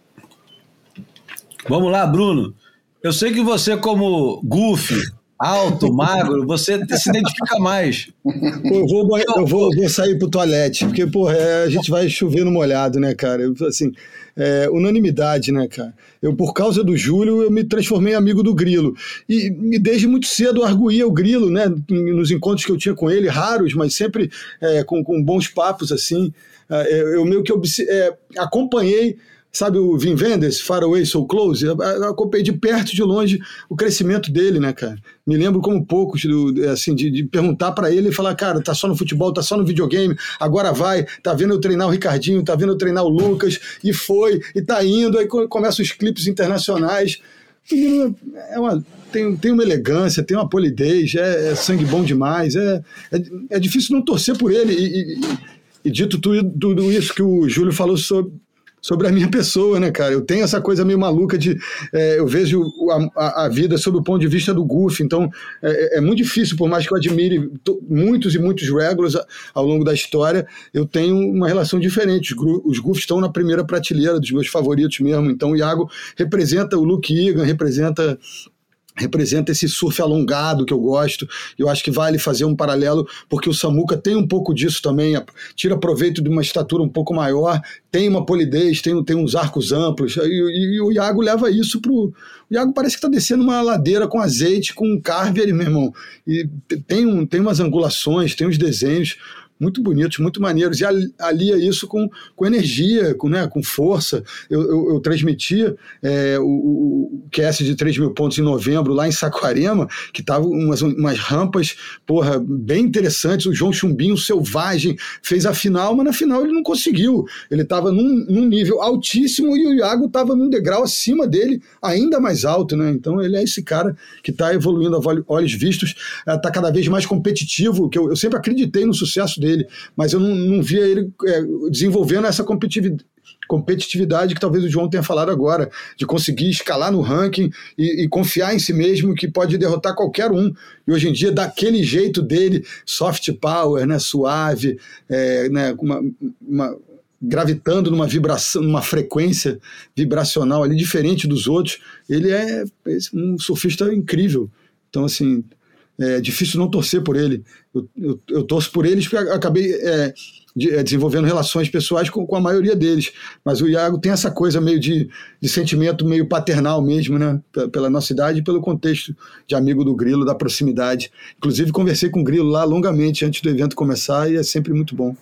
Vamos lá, Bruno. Eu sei que você, como goofy, alto, magro, você se identifica mais. Eu vou, eu vou, vou sair pro toalete, porque, porra, é, a gente vai chover no molhado, né, cara? Eu, assim, é, unanimidade, né, cara? Eu, por causa do Júlio, eu me transformei em amigo do Grilo. E, e desde muito cedo eu arguía o Grilo, né? Nos encontros que eu tinha com ele, raros, mas sempre é, com, com bons papos, assim. É, eu meio que é, acompanhei. Sabe o Wim Wenders, Far Away So Close? Eu acompanhei de perto, de longe, o crescimento dele, né, cara? Me lembro como poucos, do, assim, de, de perguntar pra ele e falar, cara, tá só no futebol, tá só no videogame, agora vai, tá vendo eu treinar o Ricardinho, tá vendo eu treinar o Lucas, e foi, e tá indo, aí começam os clipes internacionais. O menino é uma, tem, tem uma elegância, tem uma polidez, é, é sangue bom demais, é, é, é difícil não torcer por ele. E, e, e dito tudo, tudo isso que o Júlio falou sobre sobre a minha pessoa, né, cara? Eu tenho essa coisa meio maluca de... É, eu vejo a, a vida sob o ponto de vista do Goofy, então é, é muito difícil, por mais que eu admire muitos e muitos regulars ao longo da história, eu tenho uma relação diferente. Os Goofs estão na primeira prateleira dos meus favoritos mesmo, então o Iago representa, o Luke Egan representa... representa esse surf alongado que eu gosto. Eu acho que vale fazer um paralelo, porque o Samuca tem um pouco disso também, tira proveito de uma estatura um pouco maior, tem uma polidez, tem, tem uns arcos amplos, e, e, e o Iago leva isso pro... O Iago parece que está descendo uma ladeira com azeite, com um carver, meu irmão, e tem, um, tem umas angulações, tem uns desenhos muito bonitos, muito maneiros, e alia isso com, com energia, com, né, com força. Eu, eu, eu transmitia é, o, o Q S de três mil pontos em novembro, lá em Saquarema, que tava umas, umas rampas, porra, bem interessantes. O João Chumbinho, selvagem, fez a final, mas na final ele não conseguiu. Ele estava num, num nível altíssimo e o Iago estava num degrau acima dele, ainda mais alto, né? Então ele é esse cara que está evoluindo a olhos vistos, está cada vez mais competitivo, que eu, eu sempre acreditei no sucesso dele, mas eu não, não via ele é, desenvolvendo essa competitividade, competitividade que talvez o João tenha falado agora, de conseguir escalar no ranking e, e confiar em si mesmo que pode derrotar qualquer um. E hoje em dia, daquele jeito dele, soft power, né, suave, é, né, uma, uma, gravitando numa vibração, numa frequência vibracional ali diferente dos outros, ele é um surfista incrível. Então, assim, é difícil não torcer por ele. Eu, eu, eu torço por eles porque acabei é, de, é, desenvolvendo relações pessoais com, com a maioria deles. Mas o Iago tem essa coisa meio de, de sentimento meio paternal mesmo, né? P- pela nossa idade e pelo contexto de amigo do Grilo, da proximidade. Inclusive, conversei com o Grilo lá longamente antes do evento começar e é sempre muito bom.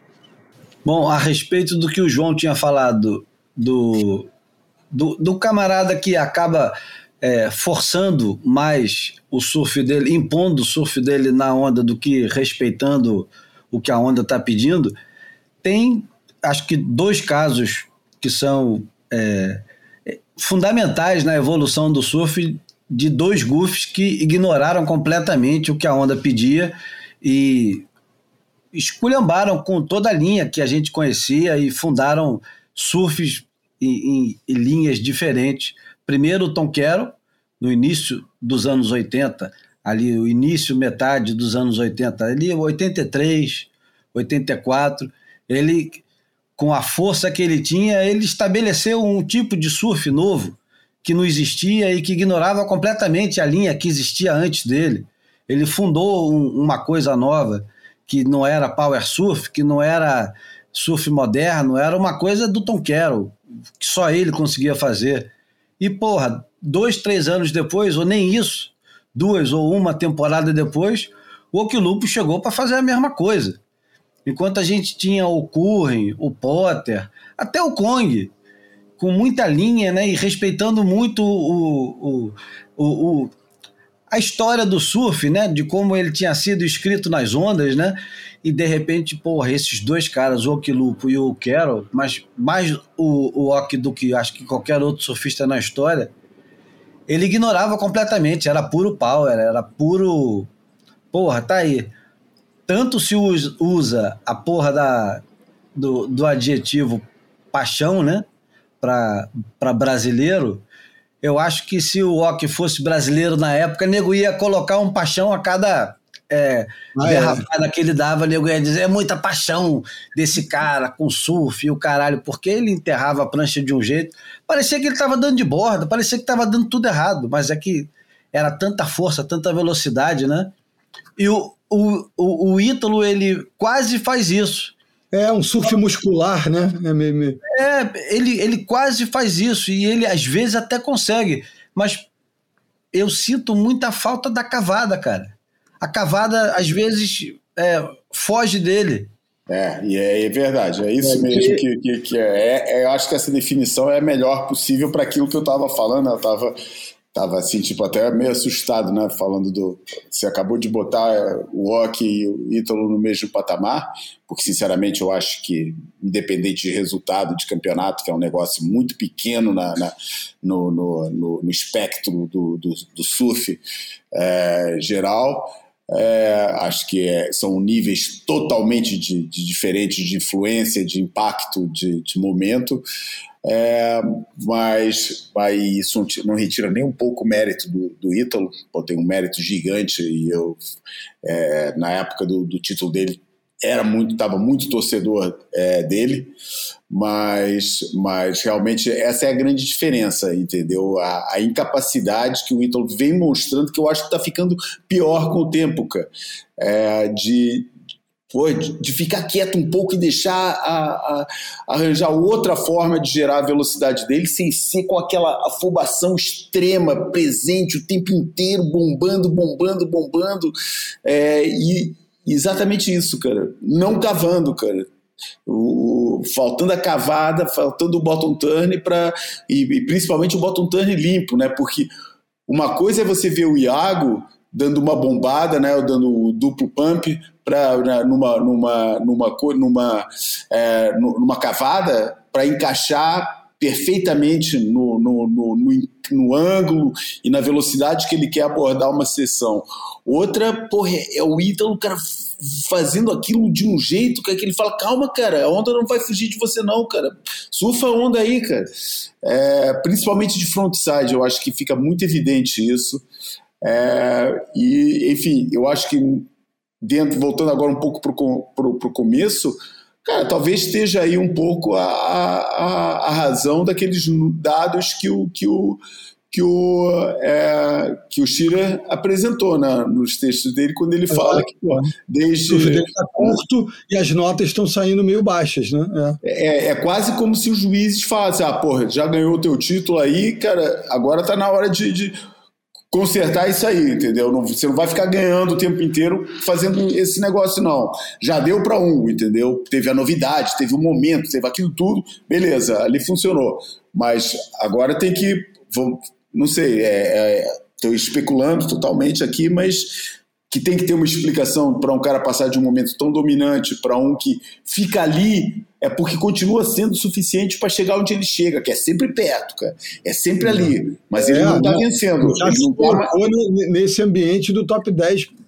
Bom, a respeito do que o João tinha falado, do, do, do camarada que acaba... É, forçando mais o surf dele, impondo o surf dele na onda do que respeitando o que a onda está pedindo, tem, acho que, dois casos que são é, fundamentais na evolução do surf, de dois goofs que ignoraram completamente o que a onda pedia e esculhambaram com toda a linha que a gente conhecia e fundaram surfs em, em, em linhas diferentes. Primeiro o Tom Carroll, no início dos anos oitenta, ali o início, metade dos anos oitenta, ali oitenta e três, oitenta e quatro, ele, com a força que ele tinha, ele estabeleceu um tipo de surf novo que não existia e que ignorava completamente a linha que existia antes dele. Ele fundou um, uma coisa nova, que não era power surf, que não era surf moderno, era uma coisa do Tom Carroll, que só ele conseguia fazer. E, porra, dois, três anos depois, ou nem isso, duas ou uma temporada depois, o Okilupo chegou para fazer a mesma coisa. Enquanto a gente tinha o Curren, o Potter, até o Kong, com muita linha, né, e respeitando muito o, o, o, o, a história do surf, né, de como ele tinha sido escrito nas ondas, né, e de repente, porra, esses dois caras, o Okilupo e o Carroll, mas mais o, o Oki do que acho que qualquer outro surfista na história, ele ignorava completamente, era puro power, era puro... Porra, tá aí. Tanto se usa a porra da, do, do adjetivo paixão, né, para brasileiro. Eu acho que se o Oki fosse brasileiro na época, nego ia colocar um paixão a cada é, ah, derrapada é. que ele dava, nego ia dizer, é muita paixão desse cara com surf e o caralho, porque ele enterrava a prancha de um jeito, parecia que ele estava dando de borda, parecia que estava dando tudo errado, mas é que era tanta força, tanta velocidade, né? E o, o, o, o Ítalo, ele quase faz isso. É um surf muscular, né? É, meio... é ele, ele quase faz isso e ele às vezes até consegue, mas eu sinto muita falta da cavada, cara. A cavada às vezes é, foge dele. É, e é, é verdade, é isso é, mesmo que, que, que é, é. Eu acho que essa definição é a melhor possível para aquilo que eu estava falando. Eu estava tava assim, tipo, até meio assustado, né? Falando do. Você acabou de botar o Oki e o Ítalo no mesmo patamar, porque sinceramente eu acho que, independente de resultado de campeonato, que é um negócio muito pequeno na, na, no, no, no, no espectro do, do, do surf é, geral. É, acho que é, são níveis totalmente de, de diferentes de influência, de impacto, de, de momento, é, mas, mas isso não retira nem um pouco o mérito do, do Ítalo. Pô, tem um mérito gigante e eu, é, na época do, do título dele, era muito, estava muito torcedor é, dele, mas, mas realmente essa é a grande diferença, entendeu? A, a incapacidade que o Ítalo vem mostrando, que eu acho que está ficando pior com o tempo, cara, é, de, pô, de, de ficar quieto um pouco e deixar a, a, arranjar outra forma de gerar a velocidade dele sem ser com aquela afobação extrema, presente o tempo inteiro, bombando, bombando, bombando, é, e exatamente isso, cara. Não cavando, cara. O, faltando a cavada, faltando o bottom turn pra, e, e principalmente o bottom turn limpo, né? Porque uma coisa é você ver o Iago dando uma bombada, né? Dando o duplo pump pra, né, numa, numa, numa, numa, é, numa cavada para encaixar perfeitamente no, no, no, no, no ângulo e na velocidade que ele quer abordar uma sessão. Outra, porra, é o Ítalo, cara, fazendo aquilo de um jeito que ele fala, calma, cara, a onda não vai fugir de você não, cara, surfa a onda aí, cara. É, principalmente de frontside, eu acho que fica muito evidente isso. É, e, enfim, eu acho que dentro, voltando agora um pouco pro, pro, pro começo, cara, talvez esteja aí um pouco a, a, a razão daqueles dados que o, que o, que o, é, que o Shearer apresentou na, nos textos dele, quando ele fala que, pô, desde... O dele está curto e as notas estão saindo meio baixas, né? É. É, é quase como se os juízes falassem, ah, porra, já ganhou o teu título aí, cara, agora tá na hora de... de consertar isso aí, entendeu? Não, você não vai ficar ganhando o tempo inteiro fazendo esse negócio, não. Já deu para um, entendeu? Teve a novidade, teve o momento, teve aquilo tudo, beleza, ali funcionou. Mas agora tem que, vou, não sei, estou é, é, especulando totalmente aqui, mas que tem que ter uma explicação para um cara passar de um momento tão dominante para um que fica ali, é porque continua sendo suficiente para chegar onde ele chega, que é sempre perto, cara. É sempre ali. Mas ele é, não está vencendo. Já ele se não colocou tá... nesse ambiente do top dez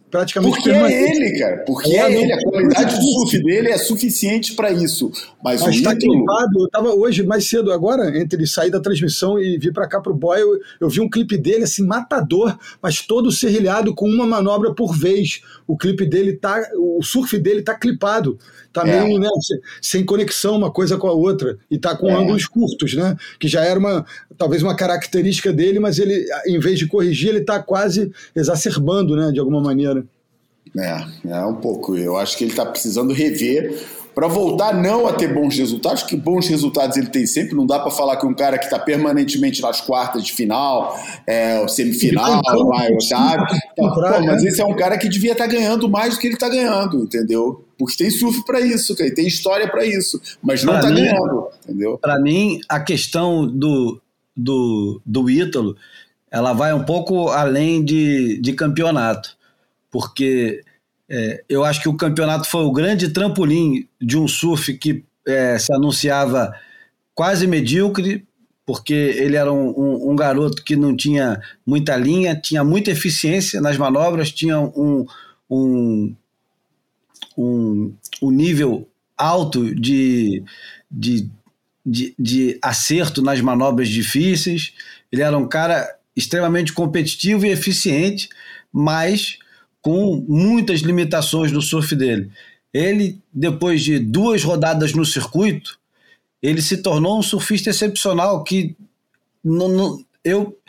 praticamente... Porque é ele, cara. Porque é, é ele. A qualidade do surf dele é suficiente para isso. Mas, Mas o tá Ítalo... clipado. Eu estava hoje, mais cedo, agora, entre sair da transmissão e vir para cá pro Boy, eu, eu vi um clipe dele, assim, matador, mas todo serrilhado com uma manobra por vez. O clipe dele tá... O surf dele tá clipado. Tá é. meio, né, sem conexão uma coisa com a outra. E tá com é. ângulos curtos, né? Que já era uma, talvez uma característica dele, mas ele, em vez de corrigir, ele tá quase exacerbando, né, de alguma maneira. É, é um pouco. Eu acho que ele tá precisando rever para voltar não a ter bons resultados, que bons resultados ele tem sempre. Não dá para falar que um cara que está permanentemente nas quartas de final, é, semifinal, vai, sabe? Então, pô, mas esse é um cara que devia estar tá ganhando mais do que ele está ganhando, entendeu? Porque tem surf para isso, cara, tem história para isso, mas não está ganhando, entendeu? Para mim, a questão do, do, do Ítalo, ela vai um pouco além de, de campeonato, porque... É, eu acho que o campeonato foi o grande trampolim de um surf que é, se anunciava quase medíocre, porque ele era um, um, um garoto que não tinha muita linha, tinha muita eficiência nas manobras, tinha um, um, um, um nível alto de, de, de, de acerto nas manobras difíceis. Ele era um cara extremamente competitivo e eficiente, mas... com muitas limitações no surf dele. Ele, depois de duas rodadas no circuito, ele se tornou um surfista excepcional que não, não, eu,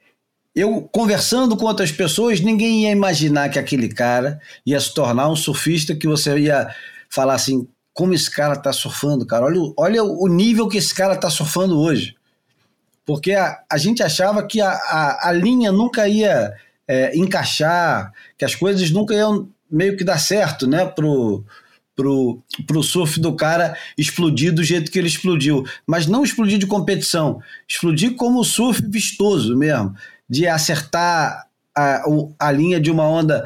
eu, conversando com outras pessoas, ninguém ia imaginar que aquele cara ia se tornar um surfista que você ia falar assim, como esse cara está surfando, cara, olha, olha o nível que esse cara está surfando hoje. Porque a, a gente achava que a, a, a linha nunca ia... É, encaixar, que as coisas nunca iam meio que dar certo, né, pro, pro, pro surf do cara explodir do jeito que ele explodiu, mas não explodir de competição, explodir como surf vistoso mesmo, de acertar a, a linha de uma onda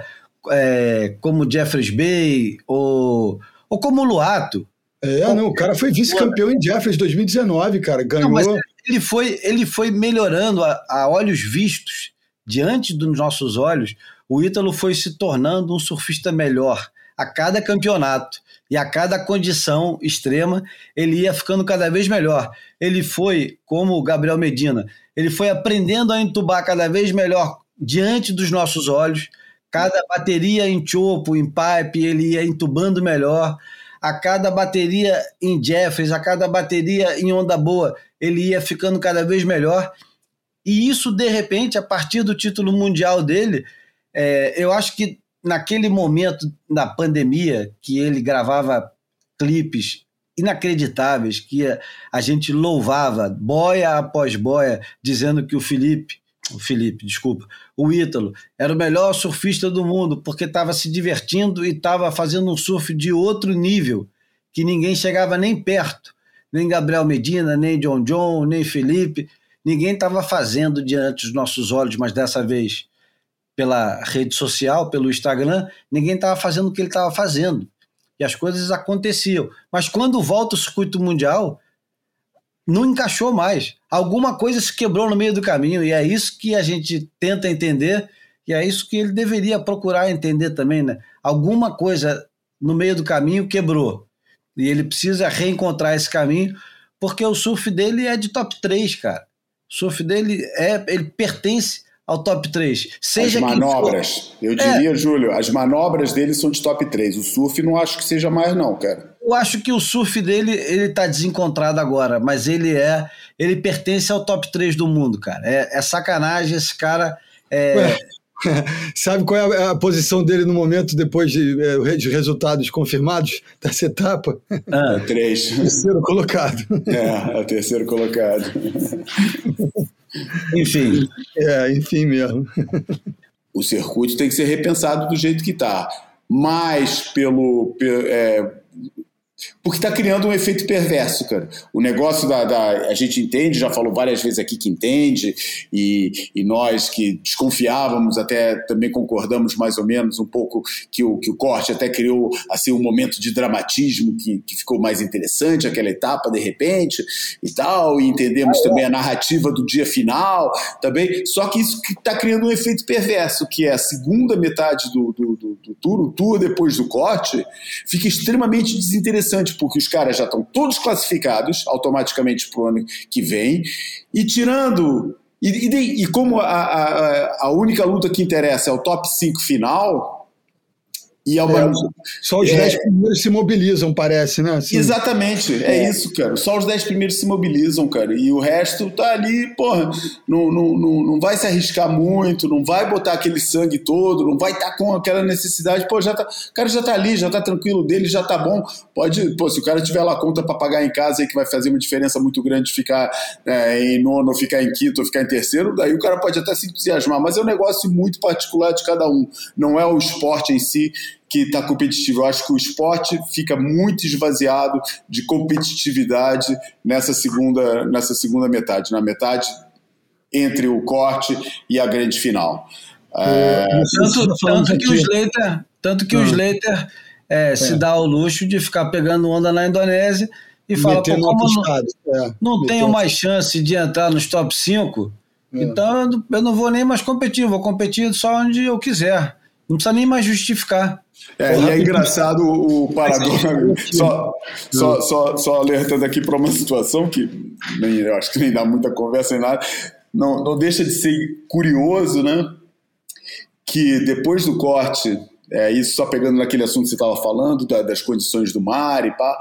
é, como Jeffreys Bay ou, ou como o Luato. É, não, o cara foi vice-campeão em Jeffreys dois mil e dezenove, cara, ganhou... Não, mas ele foi, ele foi melhorando a, a olhos vistos. Diante dos nossos olhos, o Ítalo foi se tornando um surfista melhor a cada campeonato e a cada condição extrema ele ia ficando cada vez melhor. Ele foi, como o Gabriel Medina, ele foi aprendendo a entubar cada vez melhor diante dos nossos olhos. Cada bateria em chopo, em pipe, ele ia entubando melhor. A cada bateria em Jeffreys, a cada bateria em onda boa, ele ia ficando cada vez melhor. E isso, de repente, a partir do título mundial dele, é, eu acho que naquele momento da pandemia, que ele gravava clipes inacreditáveis, que a, a gente louvava, boia após boia, dizendo que o Felipe, o Felipe, desculpa, o Ítalo, era o melhor surfista do mundo, porque estava se divertindo e estava fazendo um surf de outro nível, que ninguém chegava nem perto, nem Gabriel Medina, nem John John, nem Felipe... Ninguém estava fazendo diante dos nossos olhos, mas dessa vez pela rede social, pelo Instagram, ninguém estava fazendo o que ele estava fazendo. E as coisas aconteciam. Mas quando volta o circuito mundial, não encaixou mais. Alguma coisa se quebrou no meio do caminho, e é isso que a gente tenta entender, e é isso que ele deveria procurar entender também, né? Alguma coisa no meio do caminho quebrou. E ele precisa reencontrar esse caminho, porque o surf dele é de top três, cara. O surf dele é, ele pertence ao top três. Seja as manobras, for, eu diria, é, Júlio, as manobras dele são de top três. O surf não acho que seja mais não, cara. Eu acho que o surf dele, ele tá desencontrado agora, mas ele é, ele pertence ao top três do mundo, cara. É, é sacanagem esse cara. É... Ué, sabe qual é a, a posição dele no momento depois de, é, de resultados confirmados dessa etapa? Ah, três. Terceiro colocado. É, é o terceiro colocado. Enfim. É, enfim mesmo. O circuito tem que ser repensado do jeito que está. Mas pelo, pelo, é, porque está criando um efeito perverso, cara. O negócio da, da... A gente entende, já falou várias vezes aqui que entende, e, e nós que desconfiávamos, até também concordamos mais ou menos um pouco que o, que o corte até criou assim, um momento de dramatismo que, que ficou mais interessante, aquela etapa de repente e tal, e entendemos também a narrativa do dia final também, só que isso está criando um efeito perverso, que é a segunda metade do, do, do, do tour, o tour depois do corte, fica extremamente desinteressante, porque os caras já estão todos classificados automaticamente para o ano que vem, e tirando... E, e, e como a, a, a única luta que interessa é o top cinco final... E é uma... é, só os dez é... primeiros se mobilizam, parece, né? Assim... Exatamente, é, é isso, cara. Só os dez primeiros se mobilizam, cara. E o resto tá ali, porra, não, não, não, não vai se arriscar muito, não vai botar aquele sangue todo, não vai estar tá com aquela necessidade. Pô, já tá, o cara já tá ali, já tá tranquilo dele, já tá bom. Pode, pô, se o cara tiver lá conta para pagar em casa aí, que vai fazer uma diferença muito grande de ficar é, em nono, ou ficar em quinto, ou ficar em terceiro, daí o cara pode até se entusiasmar, mas é um negócio muito particular de cada um. Não é o esporte em si que está competitivo. Eu acho que o esporte fica muito esvaziado de competitividade nessa segunda, nessa segunda metade, na metade entre o corte e a grande final. É, tanto, tanto que o Slater, tanto que o Slater é, é. se dá ao luxo de ficar pegando onda na Indonésia e fala, pô, como não, é. não tenho mais chance de entrar nos top cinco, é. então eu não vou nem mais competir, vou competir só onde eu quiser. Não precisa nem mais justificar. É, e é engraçado o paradoxo. Só, só, só, só alertando aqui para uma situação que nem, eu acho que nem dá muita conversa nem nada. Não, não deixa de ser curioso, né? Que depois do corte, é, isso só pegando naquele assunto que você estava falando, da, das condições do mar e pá.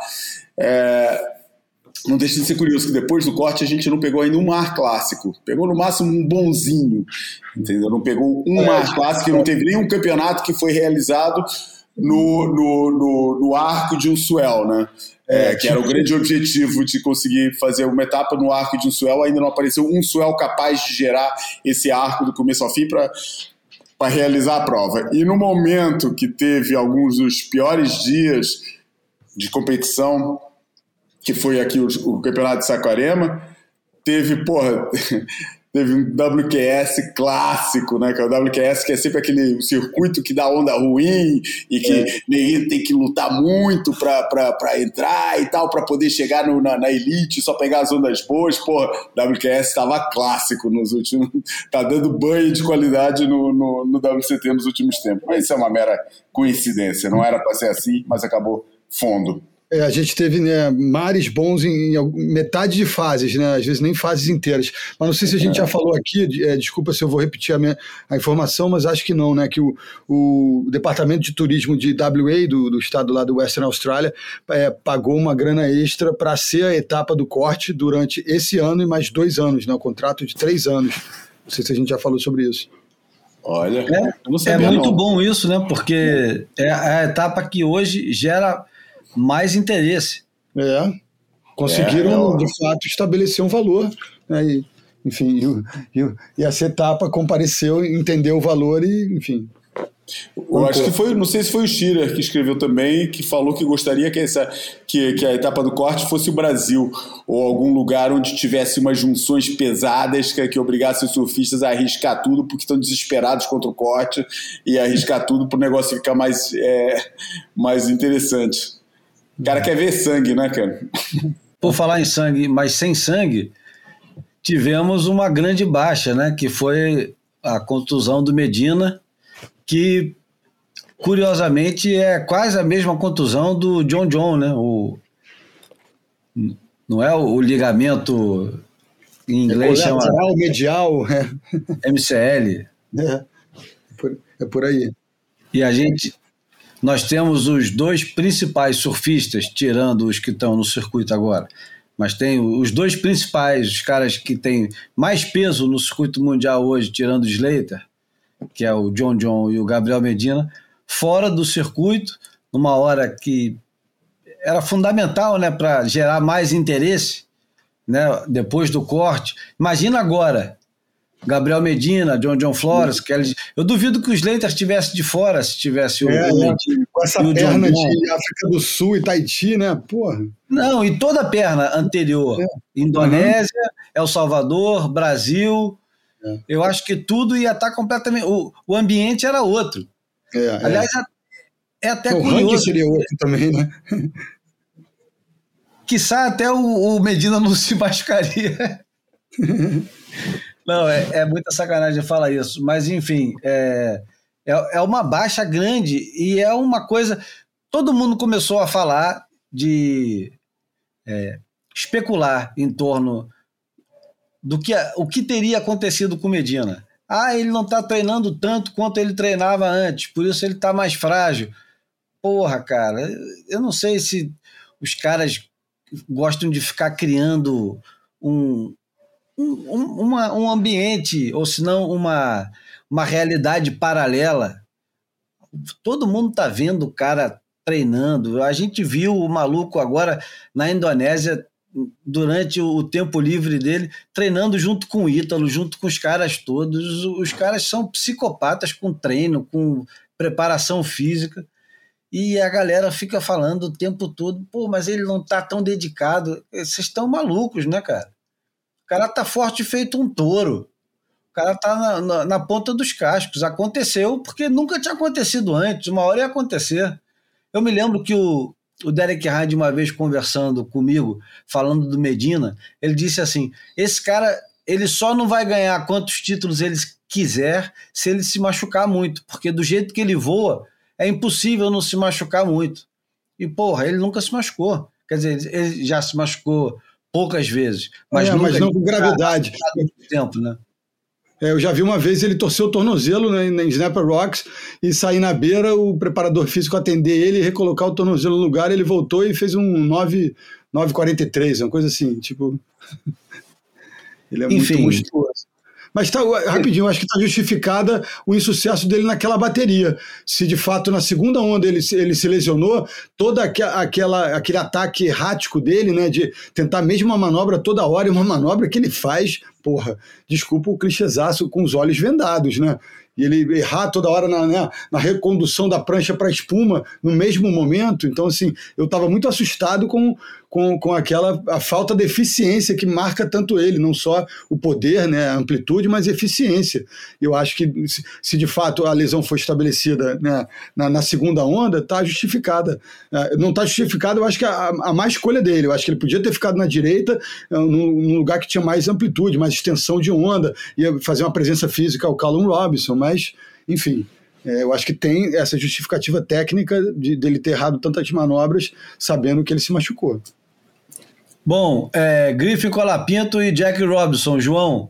É, não deixa de ser curioso que depois do corte a gente não pegou ainda um mar clássico. Pegou no máximo um bonzinho, entendeu? Não pegou um mar clássico, não teve nenhum campeonato que foi realizado no, no, no, no arco de um swell, né? É, que era o grande objetivo de conseguir fazer uma etapa no arco de um swell. Ainda não apareceu um swell capaz de gerar esse arco do começo ao fim para para realizar a prova. E no momento que teve alguns dos piores dias de competição, que foi aqui o, o campeonato de Saquarema, teve, porra, teve um W Q S clássico, né, que é o W Q S, que é sempre aquele circuito que dá onda ruim e que é. ninguém tem que lutar muito para entrar e tal, para poder chegar no, na, na elite, só pegar as ondas boas. Porra, W Q S estava clássico nos últimos, tá dando banho de qualidade no, no, no W C T nos últimos tempos. Mas isso é uma mera coincidência, não era para ser assim, mas acabou fundo. É, a gente teve, né, mares bons em, em metade de fases, né, às vezes nem fases inteiras. Mas não sei se a gente já falou aqui, é, desculpa se eu vou repetir a, minha, a informação, mas acho que não, né, que o, o Departamento de Turismo de W A, do, do estado lá do Western Australia, é, pagou uma grana extra para ser a etapa do corte durante esse ano e mais dois anos, né, um contrato de três anos. Não sei se a gente já falou sobre isso. Olha, é, eu não sabia, é muito não. bom isso, né, porque é a etapa que hoje gera mais interesse. É, conseguiram, é, de fato, estabelecer um valor, né, e, enfim, e, e, e essa etapa compareceu, entendeu o valor e, enfim... Eu acho que foi, não sei se foi o Schirer que escreveu também, que falou que gostaria que, essa, que, que a etapa do corte fosse o Brasil, ou algum lugar onde tivesse umas junções pesadas que, que obrigasse os surfistas a arriscar tudo, porque estão desesperados contra o corte, e arriscar tudo para o negócio ficar mais, é, mais interessante. O cara quer ver sangue, né, cara? Por falar em sangue, mas sem sangue, tivemos uma grande baixa, né, que foi a contusão do Medina, que curiosamente é quase a mesma contusão do John John, né? O, não é o, o ligamento em inglês é chama lateral, medial, é. M C L. É por, é por aí. E a gente, nós temos os dois principais surfistas, tirando os que estão no circuito agora, mas tem os dois principais, os caras que têm mais peso no circuito mundial hoje, tirando o Slater, que é o John John e o Gabriel Medina, fora do circuito, numa hora que era fundamental, né, para gerar mais interesse, né, depois do corte. Imagina agora, Gabriel Medina, John John Flores, que eles, eu duvido que o Slater estivesse de fora se tivesse o, é, o é, com essa perna de África do Sul e Tahiti, né? Porra. Não, e toda a perna anterior. É. Indonésia, uhum. El Salvador, Brasil. É. Eu acho que tudo ia estar completamente. O, o ambiente era outro. É, Aliás, é, é até o curioso. O ranking seria outro também, né? Quiçá até o, o Medina não se machucaria. Não, é, é muita sacanagem falar isso, mas enfim, é, é, é uma baixa grande e é uma coisa... Todo mundo começou a falar de é, especular em torno do que, o que teria acontecido com o Medina. Ah, ele não está treinando tanto quanto ele treinava antes, por isso ele está mais frágil. Porra, cara, eu não sei se os caras gostam de ficar criando um... Um, uma, um ambiente, ou se não uma, uma realidade paralela. Todo mundo está vendo o cara treinando. A gente viu o maluco agora na Indonésia, durante o tempo livre dele, treinando junto com o Ítalo, junto com os caras todos. Os caras são psicopatas com treino, com preparação física, e a galera fica falando o tempo todo, pô, mas ele não está tão dedicado. Vocês estão malucos, né, cara? O cara tá forte feito um touro. O cara tá na, na, na ponta dos cascos. Aconteceu porque nunca tinha acontecido antes. Uma hora ia acontecer. Eu me lembro que o, o Derek Hyde, uma vez conversando comigo, falando do Medina, ele disse assim, esse cara, ele só não vai ganhar quantos títulos ele quiser se ele se machucar muito, porque do jeito que ele voa, é impossível não se machucar muito. E, porra, ele nunca se machucou. Quer dizer, ele já se machucou poucas vezes, mas, é, mas não com gravidade. Tempo, né? É, eu já vi uma vez ele torceu o tornozelo, né, em Snapper Rocks e sair na beira, o preparador físico atender ele e recolocar o tornozelo no lugar, ele voltou e fez um nove quarenta e três, uma coisa assim, tipo... ele é Enfim, muito monstruoso. Mas tá, rapidinho, acho que está justificada o insucesso dele naquela bateria. Se de fato na segunda onda ele, ele se lesionou, todo aquela, aquele ataque errático dele, né, de tentar mesmo uma manobra toda hora, e uma manobra que ele faz, porra, desculpa o clichêzaço, com os olhos vendados, né? E ele errar toda hora na, né, na recondução da prancha para a espuma no mesmo momento. Então, assim, eu estava muito assustado com, com, com aquela a falta de eficiência que marca tanto ele, não só o poder, né, a amplitude, mas a eficiência. Eu acho que se, se de fato a lesão foi estabelecida, né, na, na segunda onda, está justificada. Não está justificada, eu acho que a, a má escolha dele. Eu acho que ele podia ter ficado na direita, num lugar que tinha mais amplitude, mais extensão de onda, ia fazer uma presença física ao Callum Robinson, mas, enfim, é, eu acho que tem essa justificativa técnica de, dele ter errado tantas manobras sabendo que ele se machucou. Bom, é, Griffin Colapinto e Jack Robinson. João,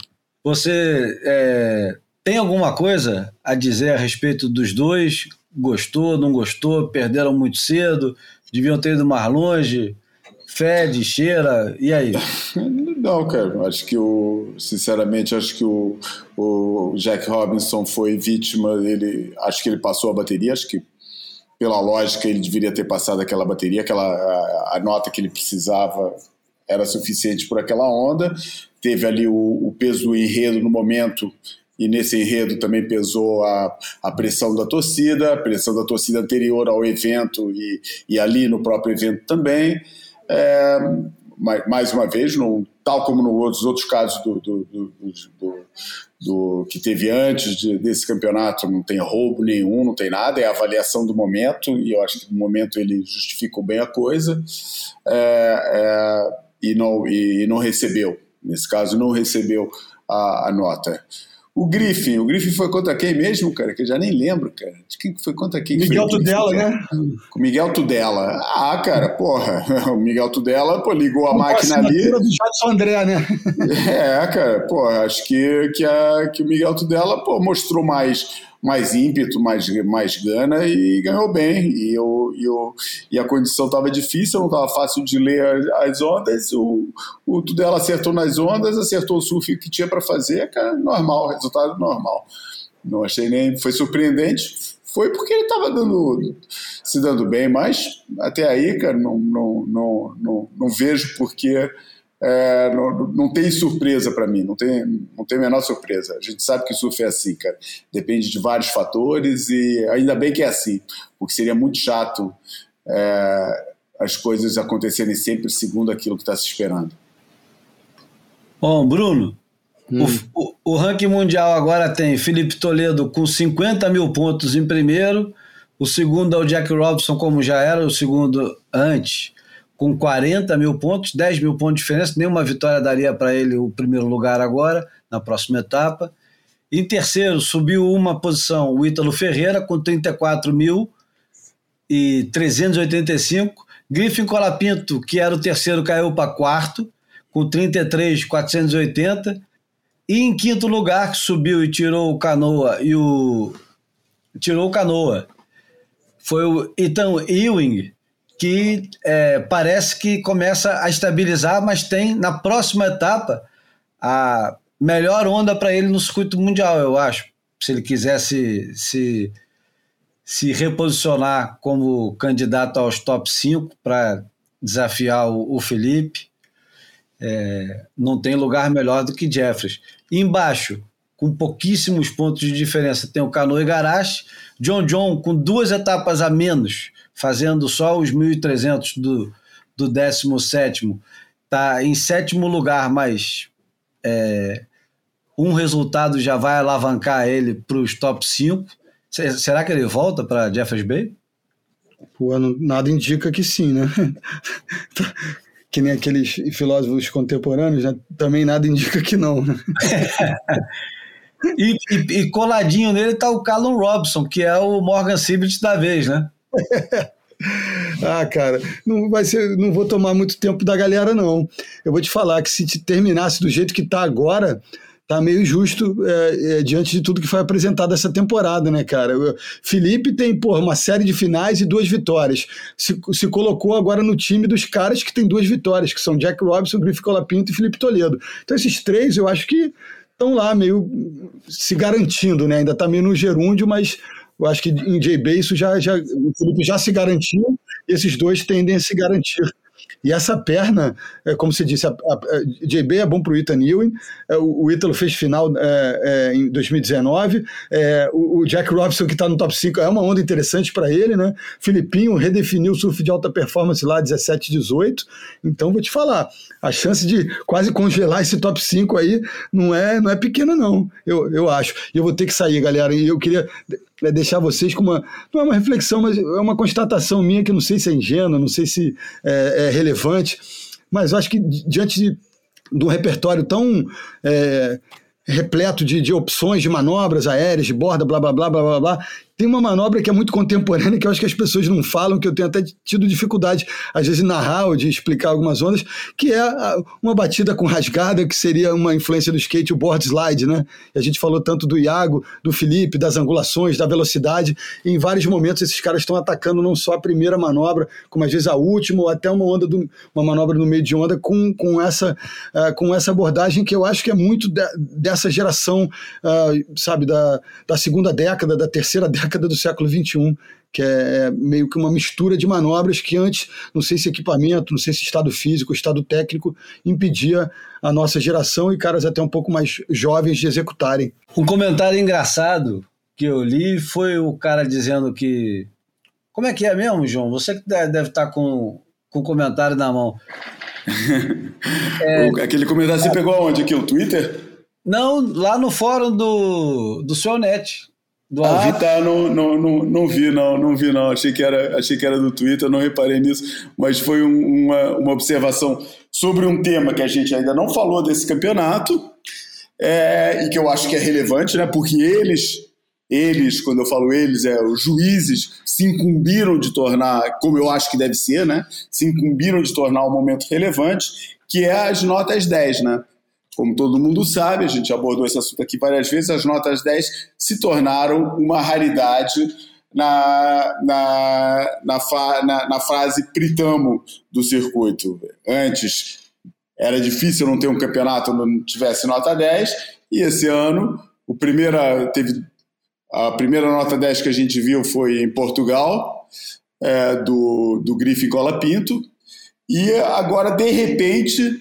você é, tem alguma coisa a dizer a respeito dos dois? Gostou, não gostou? Perderam muito cedo? Deviam ter ido mais longe? Fede, cheira, e aí? Não, cara, acho que o, sinceramente, acho que o, o Jack Robinson foi vítima, ele, acho que ele passou a bateria, acho que pela lógica ele deveria ter passado aquela bateria, aquela, a, a nota que ele precisava era suficiente por aquela onda, teve ali o, o peso do enredo no momento, e nesse enredo também pesou a, a pressão da torcida, a pressão da torcida anterior ao evento e, e ali no próprio evento também. É, mais uma vez, no, tal como nos outros casos do, do, do, do, do que teve antes de, desse campeonato, não tem roubo nenhum, não tem nada, é a avaliação do momento, e eu acho que no momento ele justificou bem a coisa, é, é, e, não, e, e não recebeu, nesse caso não recebeu a, a nota. O Griffin, o Griffin foi contra quem mesmo, cara? Que eu já nem lembro, cara. De quem foi contra quem? Miguel foi? Tudela, né? Com Miguel Tudela. Ah, cara, porra. O Miguel Tudela, pô, ligou a máquina ali. do Jadson André, né? É, cara, porra, acho que, que, a, que o Miguel Tudela, pô, mostrou mais, mais ímpeto, mais, mais gana e ganhou bem. E, eu, e, eu, e a condição estava difícil, não estava fácil de ler as ondas. O, o Tudela acertou nas ondas, acertou o surf que tinha para fazer, cara, normal, resultado normal. Não achei nem, foi surpreendente, foi porque ele estava dando, se dando bem, mas até aí, cara, não, não, não, não, não vejo por que é, não, não tem surpresa para mim, não tem, não tem a menor surpresa. A gente sabe que o surf é assim, cara. Depende de vários fatores e ainda bem que é assim, porque seria muito chato é, as coisas acontecerem sempre segundo aquilo que está se esperando. Bom, Bruno, Hum. o, o, o ranking mundial agora tem Felipe Toledo com cinquenta mil pontos em primeiro, o segundo é o Jack Robinson, como já era o segundo antes, com quarenta mil pontos, dez mil pontos de diferença, nenhuma vitória daria para ele o primeiro lugar agora, na próxima etapa. Em terceiro, subiu uma posição o Ítalo Ferreira, com trinta e quatro mil e trezentos e oitenta e cinco. Griffin Colapinto, que era o terceiro, caiu para quarto, com trinta e três mil quatrocentos e oitenta. E em quinto lugar, que subiu e tirou o Canoa, e o... tirou o Canoa, foi o Ethan Ewing, que é, parece que começa a estabilizar, mas tem na próxima etapa a melhor onda para ele no circuito mundial, eu acho. Se ele quisesse se, se reposicionar como candidato aos top cinco para desafiar o, o Felipe, é, não tem lugar melhor do que Jeffries. E embaixo, com pouquíssimos pontos de diferença, tem o Canoa Igarashi, John John com duas etapas a menos, fazendo só os mil e trezentos do, do décimo sétimo, está em sétimo lugar, mas é, um resultado já vai alavancar ele para os top cinco. Será que ele volta para Jeffers Bay? Pô, não, nada indica que sim, né? Que nem aqueles filósofos contemporâneos, né? Também nada indica que não. Né? e, e, e coladinho nele está o Callum Robson, que é o Morgan Sibert da vez, né? Ah, cara, não vai ser, não vou tomar muito tempo da galera, não. Eu vou te falar que se te terminasse do jeito que está agora, tá meio justo é, é, diante de tudo que foi apresentado essa temporada, né, cara? O Felipe tem, porra, uma série de finais e duas vitórias. Se, se colocou agora no time dos caras que tem duas vitórias, que são Jack Robinson, Griffin Colapinto e Felipe Toledo. Então esses três eu acho que estão lá meio se garantindo, né? Ainda tá meio no gerúndio, mas eu acho que em J-Bay isso já, já, o Felipe já se garantiu e esses dois tendem a se garantir. E essa perna, é, como você disse, a, a, a J-Bay é bom para o Ethan Ewing, é, o, o Ítalo fez final é, é, em dois mil e dezenove, é, o, o Jack Robinson, que está no top cinco, é uma onda interessante para ele, né? Filipinho redefiniu o surf de alta performance lá, dezessete, dezoito, então vou te falar, a chance de quase congelar esse top cinco aí não é, não é pequena não, eu, eu acho. E eu vou ter que sair, galera, e eu queria deixar vocês com uma, não é uma reflexão, mas é uma constatação minha que não sei se é ingênua, não sei se é, é relevante, mas eu acho que diante de, de um repertório tão é, repleto de, de opções, de manobras aéreas, de borda, blá, blá, blá, blá, blá, blá, tem uma manobra que é muito contemporânea, que eu acho que as pessoas não falam, que eu tenho até tido dificuldade, às vezes, de narrar ou de explicar algumas ondas, que é uma batida com rasgada, que seria uma influência do skate, o board slide, né? E a gente falou tanto do Iago, do Felipe, das angulações, da velocidade, e em vários momentos esses caras estão atacando não só a primeira manobra, como às vezes a última, ou até uma, onda do, uma manobra no meio de onda, com, com, essa, uh, com essa abordagem que eu acho que é muito de, dessa geração, uh, sabe, da, da segunda década, da terceira década, do século vinte e um, que é meio que uma mistura de manobras que antes, não sei se equipamento, não sei se estado físico, estado técnico, impedia a nossa geração e caras até um pouco mais jovens de executarem. Um comentário engraçado que eu li foi o cara dizendo que... Como é que é mesmo, João? Você que deve estar com, com o comentário na mão. É... Aquele comentário você pegou aonde? Aqui, o Twitter? Não, lá no fórum do, do Suelnet. Do ah, vi, tá, não, não, não, não vi, não, não vi, não. Achei que era, achei que era do Twitter, não reparei nisso, mas foi um, uma, uma observação sobre um tema que a gente ainda não falou desse campeonato, é, e que eu acho que é relevante, né? Porque eles, eles, quando eu falo eles, é, os juízes se incumbiram de tornar, como eu acho que deve ser, né? Se incumbiram de tornar um momento relevante, que é as notas dez, né? Como todo mundo sabe, a gente abordou esse assunto aqui várias vezes, as notas dez se tornaram uma raridade na, na, na, fa, na, na fase Pritamo do circuito. Antes era difícil não ter um campeonato onde não tivesse nota dez, e esse ano o primeira, teve, a primeira nota dez que a gente viu foi em Portugal, é, do, do Griffin Colapinto, e agora, de repente...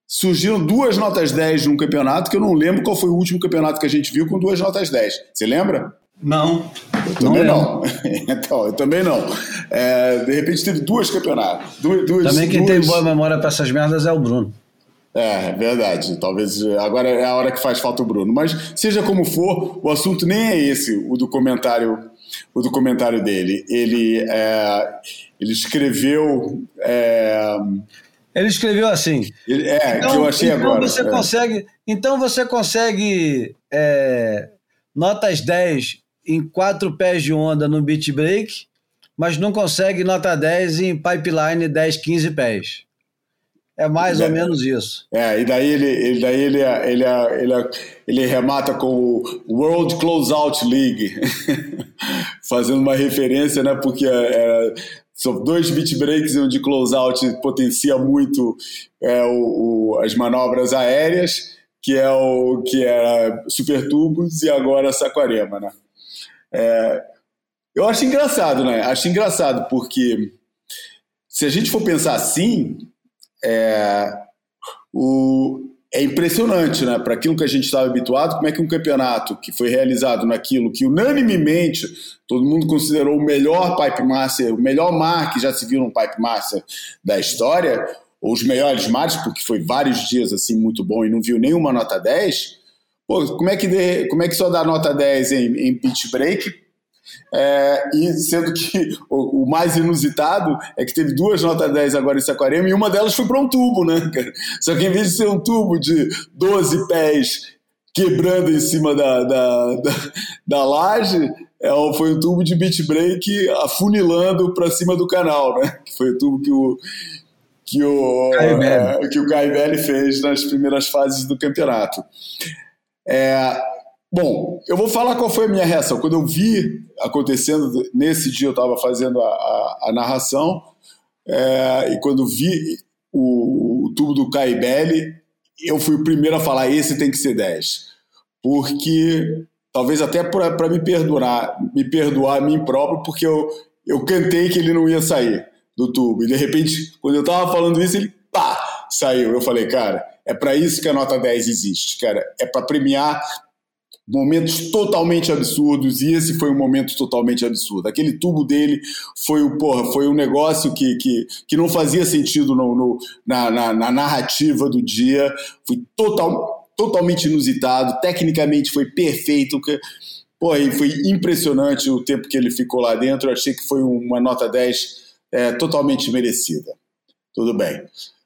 surgiram duas notas dez num campeonato que eu não lembro qual foi o último campeonato que a gente viu com duas notas dez. Você lembra? Não. Eu também não. não. Então, eu também não. É, de repente teve duas campeonatos. Duas, duas, também quem duas... tem boa memória para essas merdas é o Bruno. É, verdade. Talvez agora é a hora que faz falta o Bruno. Mas seja como for, o assunto nem é esse, o do comentário, o do comentário dele. Ele, é, ele escreveu... É... Ele escreveu assim. Ele, é, então, que eu achei então agora. Você é. consegue, então você consegue é, notas dez em quatro pés de onda no beat break, mas não consegue nota dez em pipeline dez, quinze pés. É mais é, ou menos isso. É, e daí ele, ele, daí ele, ele, ele, ele, ele remata com o World Closeout League, fazendo uma referência, né, porque é, são dois beat breaks onde closeout potencia muito é, o, o, as manobras aéreas, que é o que era Super Tubos e agora Saquarema, né? É, eu acho engraçado, né? Acho engraçado porque se a gente for pensar assim, é, o, é impressionante, né? Para aquilo que a gente estava habituado, como é que um campeonato que foi realizado naquilo que unanimemente todo mundo considerou o melhor Pipe Master, o melhor mar que já se viu no Pipe Master da história, ou os melhores mares, porque foi vários dias assim muito bom e não viu nenhuma nota dez, pô, como é que, de, como é que só dá nota dez em, em pitch break? É, e sendo que o, o mais inusitado é que teve duas notas dez agora em Saquarema e uma delas foi para um tubo, né, cara? Só que em vez de ser um tubo de doze pés quebrando em cima da, da, da, da laje, é, foi um tubo de beat break afunilando para cima do canal, né? Que foi o tubo que o que o, é, que o Caibelli fez nas primeiras fases do campeonato. É, bom, eu vou falar qual foi a minha reação. Quando eu vi acontecendo, nesse dia eu estava fazendo a, a, a narração, é, e quando vi o, o tubo do Caibelli, eu fui o primeiro a falar, esse tem que ser dez. Porque, talvez até para me perdoar, me perdoar a mim próprio, porque eu, eu cantei que ele não ia sair do tubo. E de repente, quando eu tava falando isso, ele pá, saiu. Eu falei, cara, é para isso que a nota dez existe, cara. É para premiar momentos totalmente absurdos, e esse foi um momento totalmente absurdo. Aquele tubo dele foi, o, porra, foi um negócio que, que, que não fazia sentido no, no, na, na, na narrativa do dia. Foi total, totalmente inusitado, tecnicamente foi perfeito. Porra, e foi impressionante o tempo que ele ficou lá dentro. Eu achei que foi uma nota dez É, totalmente merecida. Tudo bem.